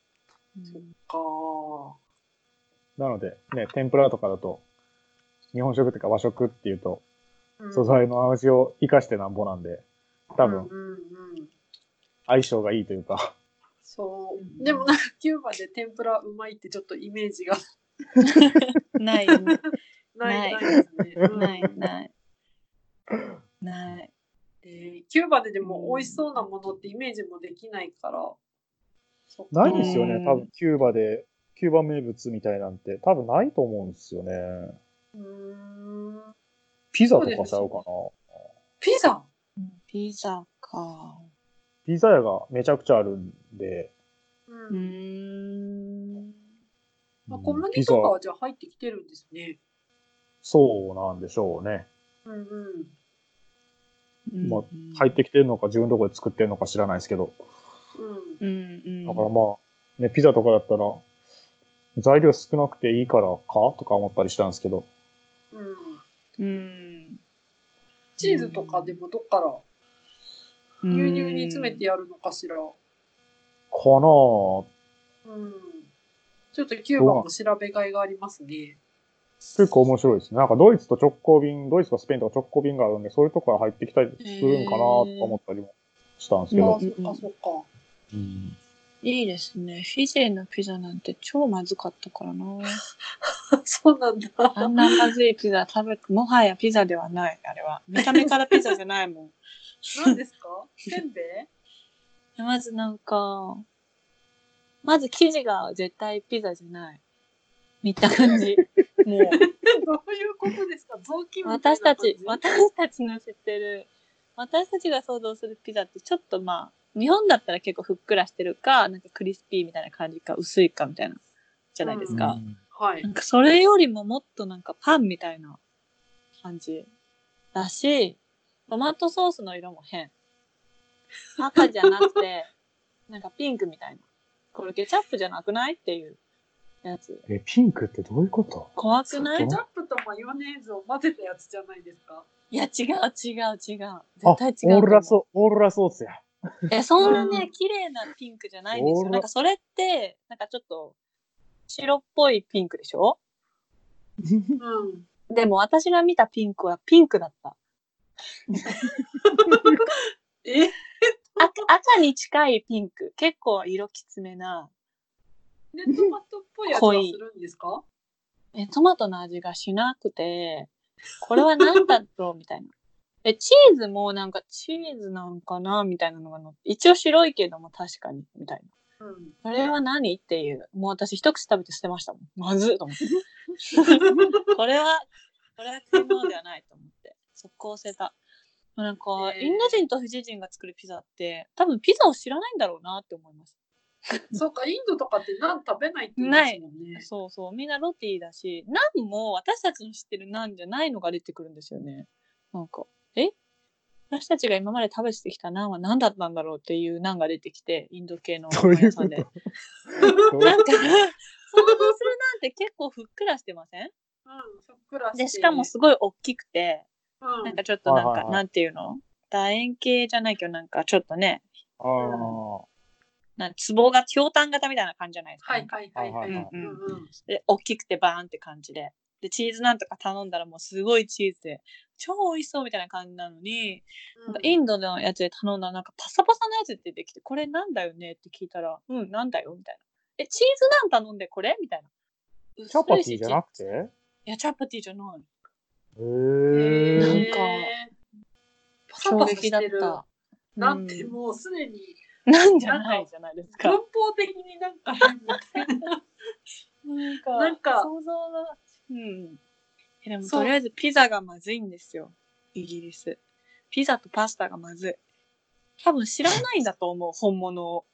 そっか。 なので、ね、天ぷらとかだと、日本食っていうか和食っていうと、 うん、 素材の味を生かしてなんぼなんで、多分、 うんうんうん、 相性がいいというか。 そう。でもなんかキューバで天ぷらうまいってちょっとイメージがないよね。 ない、ないですね。うん、 ない、ない。ない。 えー、キューバででも美味しそうなものってイメージもできないから。 ないんですよね、多分キューバで、キューバ名物みたいなんて、多分ないと思うんですよね。 うーん、 ピザとかちゃうかな。 ピザピザか。 ピザ屋がめちゃくちゃあるんで。 うーん。 あ、小麦とかはじゃあ入ってきてるんですね。 そうなんでしょうね。 うんうんうんまあ、入ってきてるのか自分のところで作ってるのか知らないですけど。 うん。 うんうん。 だからまあ、ね、ピザとかだったら、材料少なくていいからかとか思ったりしたんですけど。 うん。 うん。 チーズとかでもどっから牛乳に詰めてやるのかしら。かなぁ。 うん。ちょっとキューバも調べがいがありますね。 結構面白いですね。なんかドイツと直行便、ドイツとスペインとか直行便があるんで、そういうとこから入ってきたりするんかなと思ったりもしたんですけど。 あ、そっかそっか。 うん、 いいですね。フィジーのピザなんて超まずかったからな。 そうなんだ。 あんなまずいピザ食べ、もはやピザではない、あれは。見た目からピザじゃないもん。 何ですか？せんべい？ まずなんか、まず生地が絶対ピザじゃない。見た感じ。もう。 どういうことですか？雑巾みたいな感じ？ 私たち、私たちの知ってる、私たちが想像するピザってちょっとまあ、日本だったら結構ふっくらしてるか、なんかクリスピーみたいな感じか、薄いかみたいな、じゃないですか。 うん、 はい。 なんかそれよりももっとなんかパンみたいな感じだし、トマトソースの色も変。赤じゃなくて、なんかピンクみたいな。これケチャップじゃなくないっていうやつ。 え、ピンクってどういうこと？ 怖くない？ ケチャップとマヨネーズを混ぜたやつじゃないですか？ いや、違う違う違う。 あ、 絶対違う。 オーロラソ、オーロラソースや。 え、そんなね、綺麗なピンクじゃないんですよ。 オーロラなんかそれって、なんかちょっと白っぽいピンクでしょ？ うん。 でも私が見たピンクはピンクだった。 え赤、赤に近いピンク。結構色きつめな。 で、トマトっぽい味はするんですか？ え、トマトの味がしなくて、これは何だろうみたいな。え、チーズもなんかチーズなんかなみたいなのがの一応白いけども確かに、みたいな。 うん。 それは何っていう。もう私一口食べて捨てましたもん。まずいと思って。これは、これは食い物ではないと思って。速攻捨てた。なんか、 えーインド人とフィジー人が作るピザって、多分ピザを知らないんだろうなって思います。 そうか、インドとかってナン食べないって言いますもんね。 そうそう。みんなロティだし、ナンも私たちの知ってるナンじゃないのが出てくるんですよね。なんか、え私たちが今まで食べてきたナンは何だったんだろうっていうナンが出てきて、インド系のご飯屋さんで。なんか、想像するナンって結構ふっくらしてません？ うん、ふっくらして。 で、しかもすごい大きくて、 うん、 なんかちょっとなんか、 はいはいはい、 なんていうの？楕円形じゃないけど、なんかちょっとね、 ああ、 なん壺が、ひょうたん型みたいな感じじゃないですか。 はいはいはいはい。 うんうんうんうん。 で、大きくてバーンって感じで。で、チーズなんとか頼んだらもうすごいチーズで、超美味しそうみたいな感じなのに、なんかインドのやつで頼んだらなんかパサパサなやつ出てきて、これなんだよねって聞いたら、うん、なんだよみたいな。え、チーズナン頼んでこれみたいな。 チャパティじゃなくて？ いや、チャパティじゃない。 へー。 なんか、衝撃だった。 なんてもうすでに、 なんじゃないじゃないですか。 文法的になんか変みたいな。 なんか、 なんか想像が、うん。でもとりあえずピザがまずいんですよ。イギリス。ピザとパスタがまずい。多分知らないんだと思う、本物を。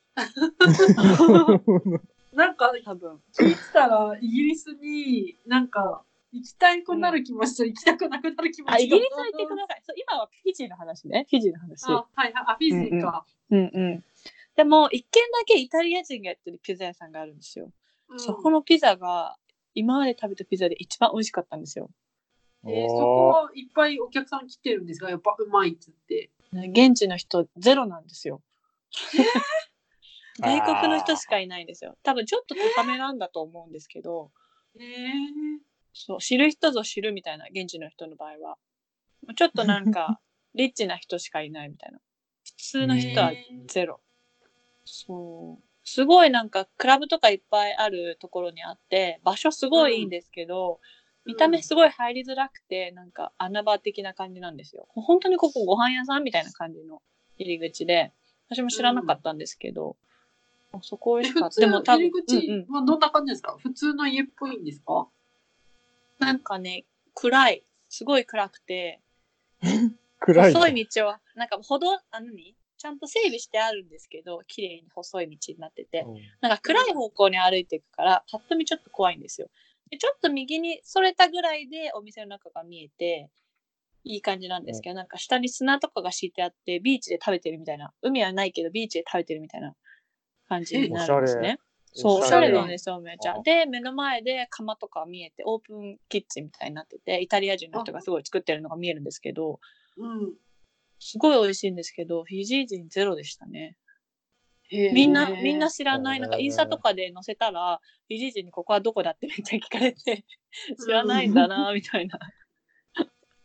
なんか、 多分。 聞いてたら、イギリスになんか、行きたくなる気持ちと行きたくなくなる気持ちが。 あ、イギリス行ってください。そう、今はフィジーの話ね。フィジーの話。 あ、はいはい。あ、フィジーか。 うんうん。うんうん、でも、一軒だけイタリア人がやってるピザ屋さんがあるんですよ。うん、そこのピザが、今まで食べたピザで一番美味しかったんですよ。 えー、そこはいっぱいお客さん来てるんですが、やっぱうまいっつって。 現地の人ゼロなんですよ。外国の人しかいないんですよ。多分ちょっと高めなんだと思うんですけど。 えー、 そう、知る人ぞ知るみたいな、現地の人の場合は。ちょっとなんか、リッチな人しかいないみたいな。普通の人はゼロ。そう。すごいなんか、クラブとかいっぱいあるところにあって、場所すごいいいんですけど、うん、見た目すごい入りづらくて、なんか穴場的な感じなんですよ。本当にここご飯屋さんみたいな感じの入り口で、私も知らなかったんですけど、うん、そこ美味しかった。 でも多分、入り口はどんな感じですか？うんうん、普通の家っぽいんですか？ なんかね、暗い。すごい暗くて、 暗い。 細い道は、なんか歩道、あ、何ちゃんと整備してあるんですけど、綺麗に細い道になってて、うん、なんか暗い方向に歩いていくから、パッと見ちょっと怖いんですよ。でちょっと右にそれたぐらいでお店の中が見えて、いい感じなんですけど、うん、なんか下に砂とかが敷いてあって、ビーチで食べてるみたいな、海はないけどビーチで食べてるみたいな感じになるんですね。そう、おしゃれなんですよ、めちゃ。で、目の前で窯とか見えて、オープンキッチンみたいになってて、イタリア人の人がすごい作ってるのが見えるんですけど、うん、すごい美味しいんですけど、フィジー人ゼロでしたね。みんな、みんな知らない、なんかインスタとかで載せたら、フィジー人にここはどこだってめっちゃ聞かれて、知らないんだな、みたいな。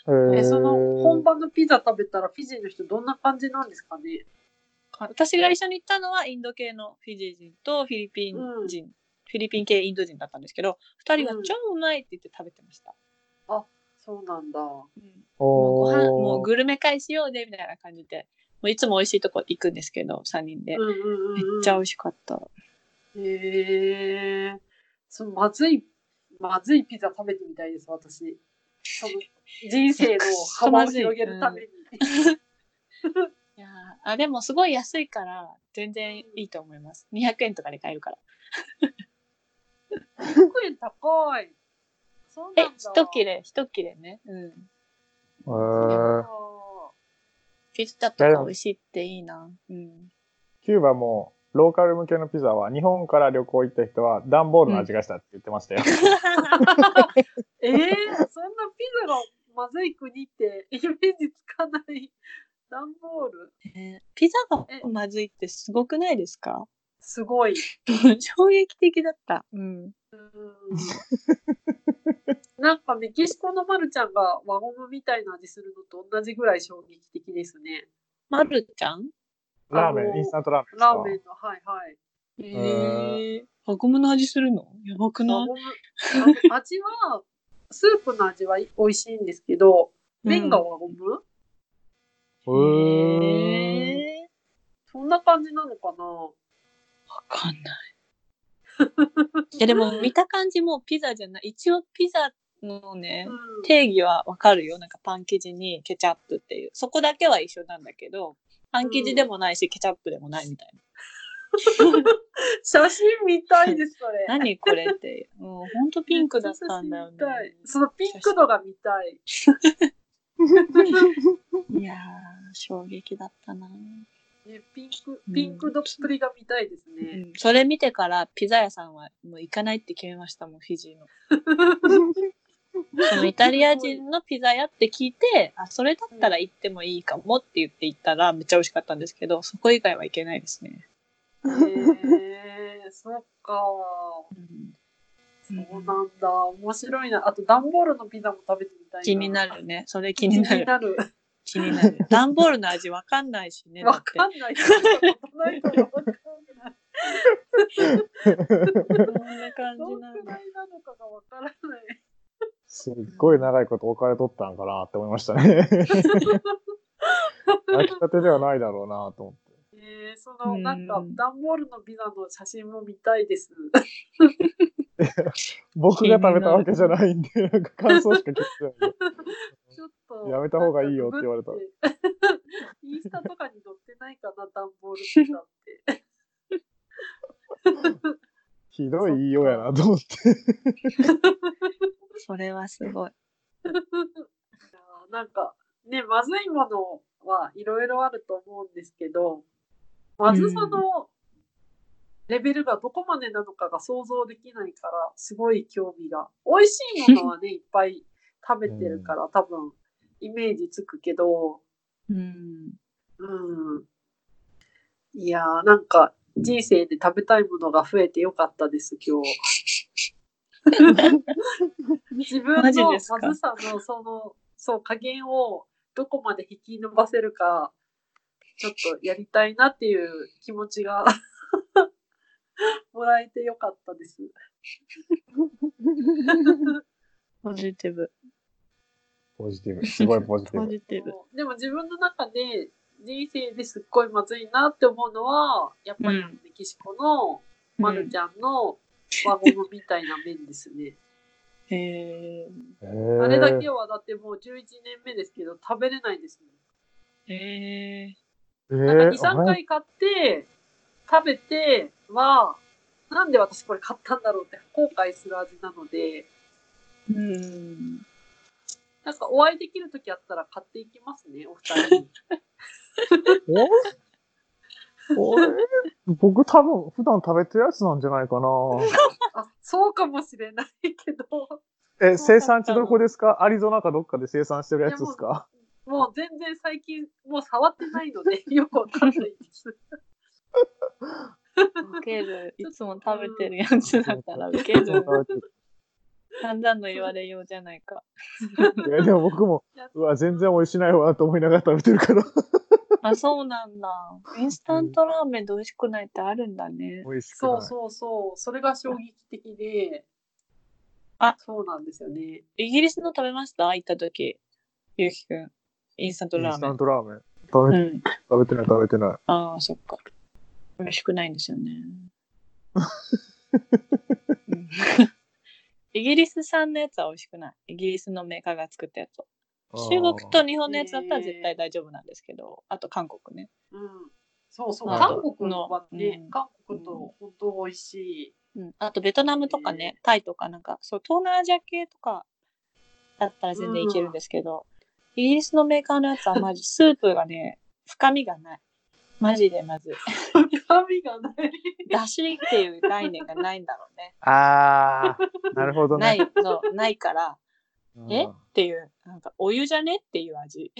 え、その本場のピザ食べたらフィジーの人どんな感じなんですかね？ 私が一緒に行ったのはインド系のフィジー人とフィリピン人、うん、フィリピン系インド人だったんですけど、二人が超うまいって言って食べてました。 うん、あ、そうなんだ。うん、 もうご飯、もうグルメ会しようねみたいな感じで、もういつも美味しいとこ行くんですけど、三人で、うんうんうんうん、めっちゃ美味しかった。 へえー、そのまずいまずいピザ食べてみたいです、私。その人生の幅を広げるために。 いやあ、でもすごい安いから全然いいと思います。にひゃくえんとかで買えるから。 にひゃくえん高い。そうなんだ。 え、一切れ、一切れね。うん。へー。 ピザとか美味しいっていいな。うん。 キューバもローカル向けのピザは日本から旅行行った人は段ボールの味がしたって言ってましたよ。うん、 えー、そんなピザがまずい国ってイメージつかない。段ボール、 えー、ピザがまずいってすごくないですか？ すごい。 衝撃的だった。うん。うんなんかメキシコのマルちゃんが輪ゴムみたいな味するのと同じぐらい衝撃的ですね。 マルちゃん？ ラーメン、インスタントラーメン。 ラーメンの、はいはい。 へえー。輪ゴムの味するの？やばくない？ 輪ゴム味は、スープの味は美味しいんですけど、麺が輪ゴム？ へえー。 そんな感じなのかな？わかんない。いやでも見た感じもピザじゃない。一応ピザのね、うん、定義はわかるよ。なんかパン生地にケチャップっていう。そこだけは一緒なんだけど、パン生地でもないし、うん、ケチャップでもないみたいな。 写真見たいです、それ。 何これって。もうほんとピンクだったんだよね。 そのピンクのが見たい。 いやー、衝撃だったな。 ね、ピンク、ピンクどっぷりが見たいですね、 うん。それ見てからピザ屋さんはもう行かないって決めましたもん、フィジーの。そのイタリア人のピザ屋って聞いて、あ、それだったら行ってもいいかもって言って行ったらめっちゃ美味しかったんですけど、そこ以外は行けないですね。 へえー、そっか、うん。そうなんだ。面白いな。あと、段ボールのピザも食べてみたいな。 気になるね。それ気になる。 気になる。 気になる。段ボールの味わかんないしね。 わかんない。食べたことないからわかんない。 どんな感じなの？ どんくらいなのかがわからない。 すっごい長いこと置かれとったんかなって思いましたね。焼きたてではないだろうなと思って。 えー、その、なんか、段ボールのピザの写真も見たいです。 僕が食べたわけじゃないんで、なんか感想しか聞いてないんで。 ちょっと。 やめた方がいいよって言われた。 インスタとかに載ってないかな、段ボールピザって。 ひどい言いようやなと思って。 それはすごい。 なんか、ね、まずいものはいろいろあると思うんですけど、まずさのレベルがどこまでなのかが想像できないから、すごい興味が。美味しいものはね、いっぱい食べてるから、多分、イメージつくけど、 うん。 うん。いやー、なんか、人生で食べたいものが増えてよかったです、今日。自分のまずさの、その、そう、加減をどこまで引き伸ばせるか、ちょっとやりたいなっていう気持ちがもらえてよかったです。 ポジティブ。 ポジティブ。すごいポジティブ。 ポジティブ。 でも自分の中で人生ですっごいまずいなって思うのは、やっぱりメキシコのマルちゃんの輪ゴムみたいな麺ですね。 うん、へーあれだけはだってもうじゅういちねんめですけど食べれないですもん。 へーなんかに、さんかい買って食べては、なんで私これ買ったんだろうって後悔する味なので、 うん、 なんかお会いできるときあったら買っていきますね、お二人に。 おえ僕多分普段食べてるやつなんじゃないかな。 あ、そうかもしれないけど。 え、生産地どこですか？アリゾナかどっかで生産してるやつですか？ もう、もう全然最近もう触ってないのでよくわかんないです。 ウケる。いつも食べてるやつだからウケる。 散々の言われようじゃないか。 いや、でも僕も、うわ、全然美味しないわと思いながら食べてるから。 あ、そうなんだ。インスタントラーメンで美味しくないってあるんだね。 美味しくない。 そうそうそう。それが衝撃的で。 あ、 そうなんですよね。 イギリスの食べました行った時。ゆうきくん。インスタントラーメン。 インスタントラーメン。食べ、うん、食べてない食べてない。 ああ、そっか。美味しくないんですよね。うん、イギリス産のやつは美味しくない。イギリスのメーカーが作ったやつ。中国と日本のやつだったら絶対大丈夫なんですけど、あと韓国ね。 うん、そうそう、韓国のはね、うん、韓国と本当美味しい、 うん。あとベトナムとかね、タイとかなんか、そう、東南アジア系とかだったら全然いけるんですけど、うん、イギリスのメーカーのやつはマジスープがね、深みがない。マジでまずい。 深みがない。 だしっていう概念がないんだろうね。 あー、なるほどね。 ない、そう、ないから、えっていう、なんかお湯じゃねっていう味。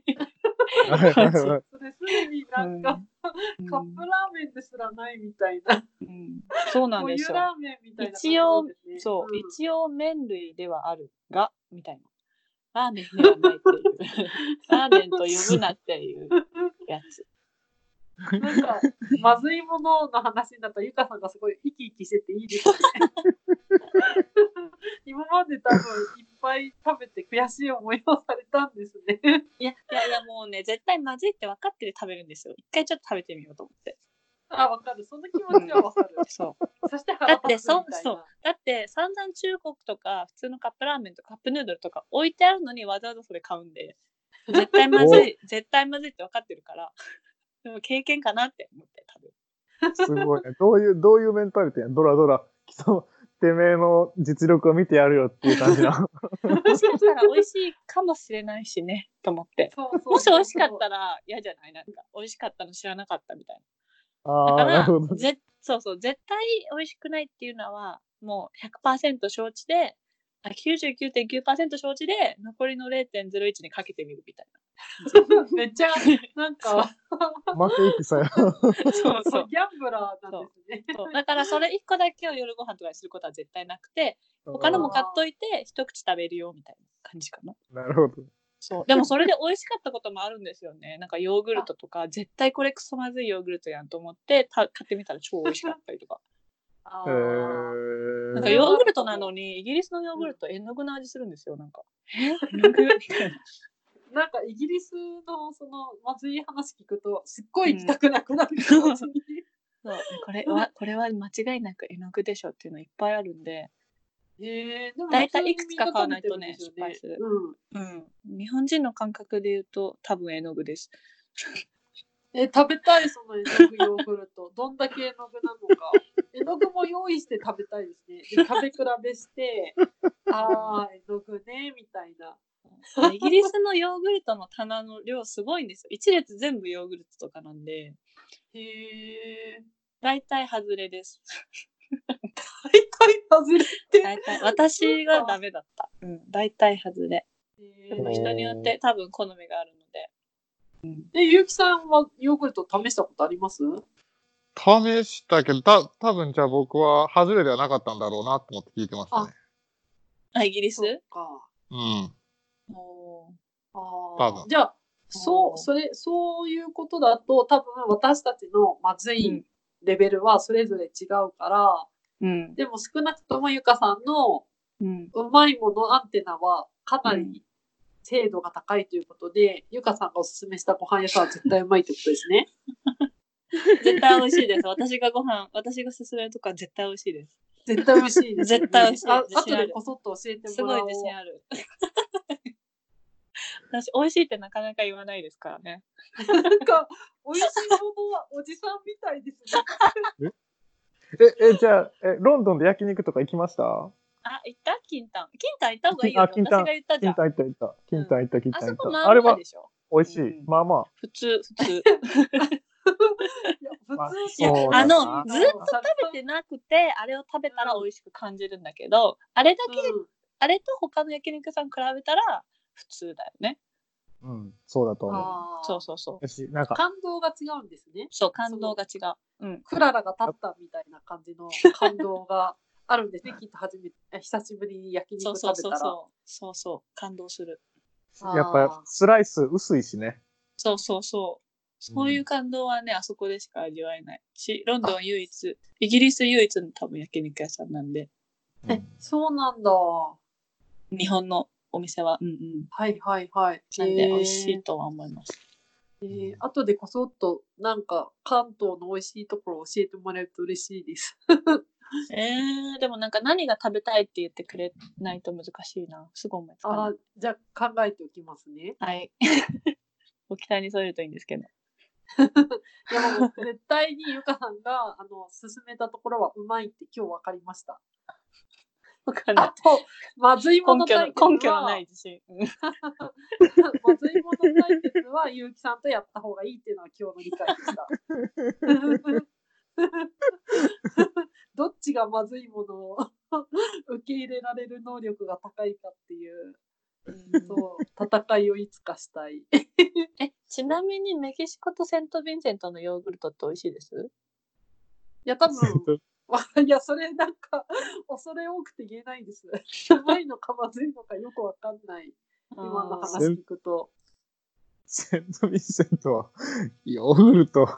それすでになんか、うん、カップラーメンですらないみたいな。 うん、そうなんですよ。 お湯ラーメンみたいな、ね。 一応、そう、うん、一応麺類ではあるが、みたいな。ラーメンではないっていう。ラーメンと呼ぶなっていうやつ。 なんか、まずいものの話になったら、ゆかさんがすごい生き生きしてていいですね。今まで多分いっぱい食べて悔しい思いをされたんですね。 いや、いやいや、もうね、絶対まずいって分かってる食べるんですよ。一回ちょっと食べてみようと思って。 あ、分かる。その気持ちは分かる。 そう。 そしてだってそ、そう。だって、散々中国とか、普通のカップラーメンとかカップヌードルとか置いてあるのにわざわざそれ買うんで、絶対まずい、絶対まずいって分かってるから、でも経験かなって思って食べる。 すごいね。どういう、どういうメンタリティやん。ドラドラ。てめえの実力を見てやるよっていう感じな。 もしかしたら美味しいかもしれないしね、と思って。そうそうそうそう、もし美味しかったら嫌じゃない？なんか、美味しかったの知らなかったみたいな。あだから、ぜそうそう、絶対美味しくないっていうのは、もう ひゃくパーセント 承知で、きゅうじゅうきゅうてんきゅうパーセント 承知で、残りの れいてんゼロいち にかけてみるみたいな。 めっちゃ、なんか、 負け戦や。 そうそう、ギャンブラーなんですね。 そうだからそれいっこだけを夜ご飯とかにすることは絶対なくて、他のも買っといて一口食べるよみたいな感じかな。 なるほど。 そう。でもそれで美味しかったこともあるんですよね。なんかヨーグルトとか、絶対これクソまずいヨーグルトやんと思ってた買ってみたら超美味しかったりとか。 あなんかヨーグルトなのに、イギリスのヨーグルト絵の具の味するんですよ、なんか。え絵の具みたいな。 なんかイギリスのそのまずい話聞くとすっごい行きたくなくなる気持ちに、 うん、そうこれはこれは間違いなく絵の具でしょっていうのいっぱいあるんで、 えー、でもだいたいいくつか買わないとね失敗する、うんうん、日本人の感覚で言うと多分絵の具です。 え食べたいその絵の具ヨーグルトどんだけ絵の具なのか絵の具も用意して食べたいですね。で食べ比べしてあー絵の具ねみたいな。 イギリスのヨーグルトの棚の量すごいんですよ。一列全部ヨーグルトとかなんで。 へえ。 大体外れです。 大体外れって大体私がダメだった。うん、大体外れ。でも人によって多分好みがあるので。 うん、え、ゆうきさんはヨーグルト試したことあります？ 試したけど、た多分じゃあ僕は外れではなかったんだろうなと思って聞いてましたね。 あ、イギリス？ そっか。 うん。 ああ、じゃあ、そう、それ、そういうことだと、多分私たちのまずいレベルはそれぞれ違うから、うん、でも少なくともゆかさんのうまいものアンテナはかなり精度が高いということで、うん、ゆかさんがおすすめしたご飯屋さんは絶対うまいってことですね。 絶対美味しいです。私がご飯、私が勧めるとか絶対美味しいです。 絶対美味しいです、ね。 絶対美味しい。 あ、後でこそっと教えてもらおう。 すごい自信ある。私、美味しいってなかなか言わないですからね。 なんか、美味しいものはおじさんみたいですね。え、え、じゃあ、え、ロンドンで焼肉とか行きました？ あ、行ったキンタン。キンタン行った方がいいよ。私が言ったじゃん。 キンタン行った行った。キンタン行った、キンタン行った。 あそこまあまあでしょ。 美味しい。まあまあ。 普通、普通。 いや普通いやあの、ずっと食べてなくて、あれを食べたら美味しく感じるんだけど、あれだけ、あれと他の焼肉屋さん比べたら普通だよね。 うん、そうだと思う。 そうそうそう。 なんか感動が違うんですね。 そう、感動が違う。 うん。クララが立ったみたいな感じの感動があるんですね、きっと初めて、久しぶりに焼肉食べたら。 そうそうそうそう。そうそう。感動する。 やっぱスライス薄いしね。 そうそうそう。そういう感動はね、うん、あそこでしか味わえないし、ロンドン唯一、イギリス唯一の多分焼肉屋さんなんで。 え、そうなんだ。 日本のお店は。うんうん。 はいはいはい。 なんで美味しいとは思います。 えー、後でこそっとなんか関東の美味しいところを教えてもらえると嬉しいです。 えー、でもなんか何が食べたいって言ってくれないと難しいな。すごい思いつかない。 あ、じゃあ考えておきますね。 はい。ご期待に添えるといいんですけど。 いやもう絶対にゆかさんがあの勧めたところはうまいって今日分かりました。 わかんない。 あと、まずいもの対決は根拠のない自信。 まずいもの対決はゆうきさんとやった方がいいっていうのは今日の理解でした。どっちがまずいものを受け入れられる能力が高いかっていう、そう戦いをいつかしたい。 え、ちなみにメキシコとセント・ヴィンセントのヨーグルトって美味しいです？ いや多分いやそれなんか恐れ多くて言えないです。うまいのかまずいのかよくわかんない。今の話聞くと。 セント・ヴィンセントはヨーグルト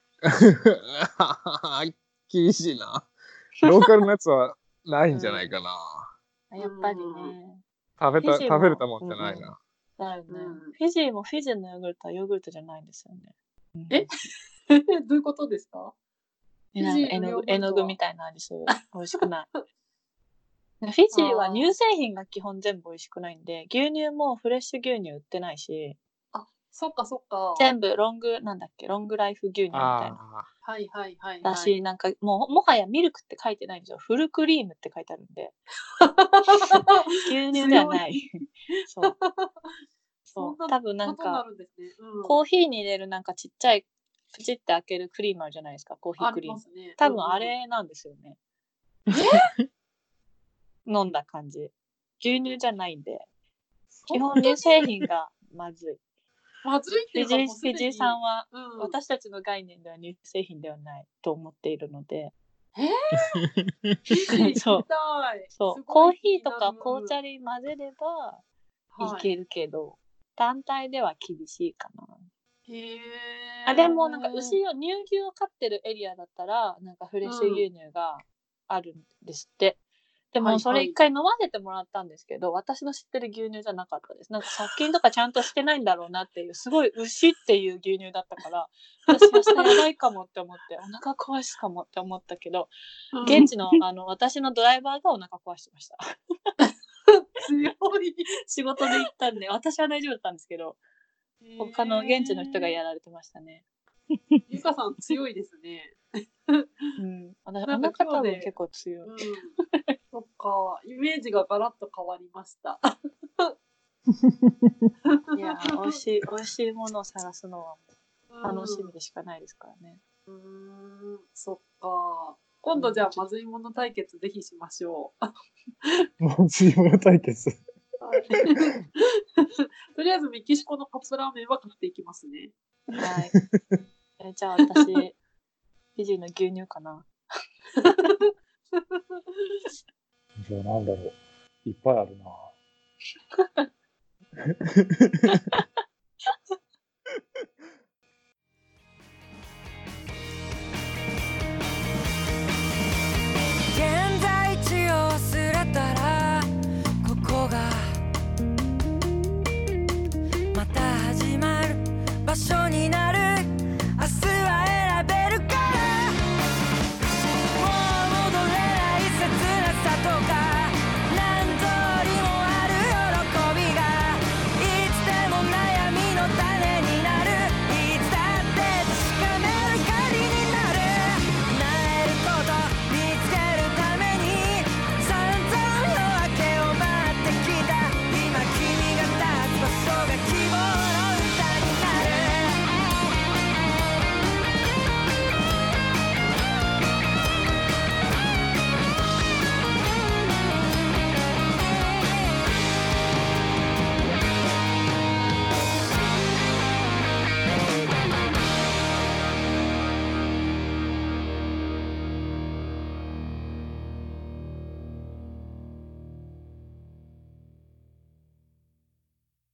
厳しいな。ローカルのやつはないんじゃないかな。 うん、やっぱりね。 食べた、食べれたもんじゃないな。 だよね。フィジーもフィジーのヨーグルトはヨーグルトじゃないんですよね。 うん、えどういうことですか？ 絵の具、絵の具みたいな味する。美味しくない。フィジーは乳製品が基本全部美味しくないんで、牛乳もフレッシュ牛乳売ってないし、 あ、そっかそっか。 全部ロング、なんだっけ、ロングライフ牛乳みたいな。 はいはいはい、はい。 だし、なんかもう、もはやミルクって書いてないんですよ。フルクリームって書いてあるんで。牛乳ではない。そう。そう。多分なんか、ねうん、コーヒーに入れるなんかちっちゃい、プチって開けるクリームあるじゃないですか、コーヒークリーム。ね、多分あれなんですよね。え飲んだ感じ。牛乳じゃないんで。基本乳製品がまずい。 まずいっていうか、 フィジーさんは、うん、私たちの概念では乳製品ではないと思っているので。 えー、そう。 そう。コーヒーとか紅茶に混ぜればいけるけど、はい、単体では厳しいかな。 へー。 あ、でもなんか牛を、乳牛を飼ってるエリアだったら、なんかフレッシュ牛乳があるんですって。うんでもそれ一回飲ませてもらったんですけど、はいはい、私の知ってる牛乳じゃなかったです。なんか殺菌とかちゃんとしてないんだろうなっていう、すごい牛っていう牛乳だったから、私明日やばいかもって思って、お腹壊すかもって思ったけど、うん、現地のあの私のドライバーがお腹壊してました。 強い。 仕事で行ったんで、私は大丈夫だったんですけど、他の現地の人がやられてましたね。 ゆかさん強いですね。 うん。お腹多分結構強い。うん、 そっか、イメージがガラッと変わりました。 いや、美味しい、美味しいものを探すのは楽しみでしかないですからね。 うーん、そっか。今度じゃあ、まずいもの対決ぜひしましょう。まずいもの対決。 とりあえずメキシコのカップラーメンは買っていきますね。 はい。えじゃあ私、フィジーの牛乳かな。 じゃあなんだろう。いっぱいあるな。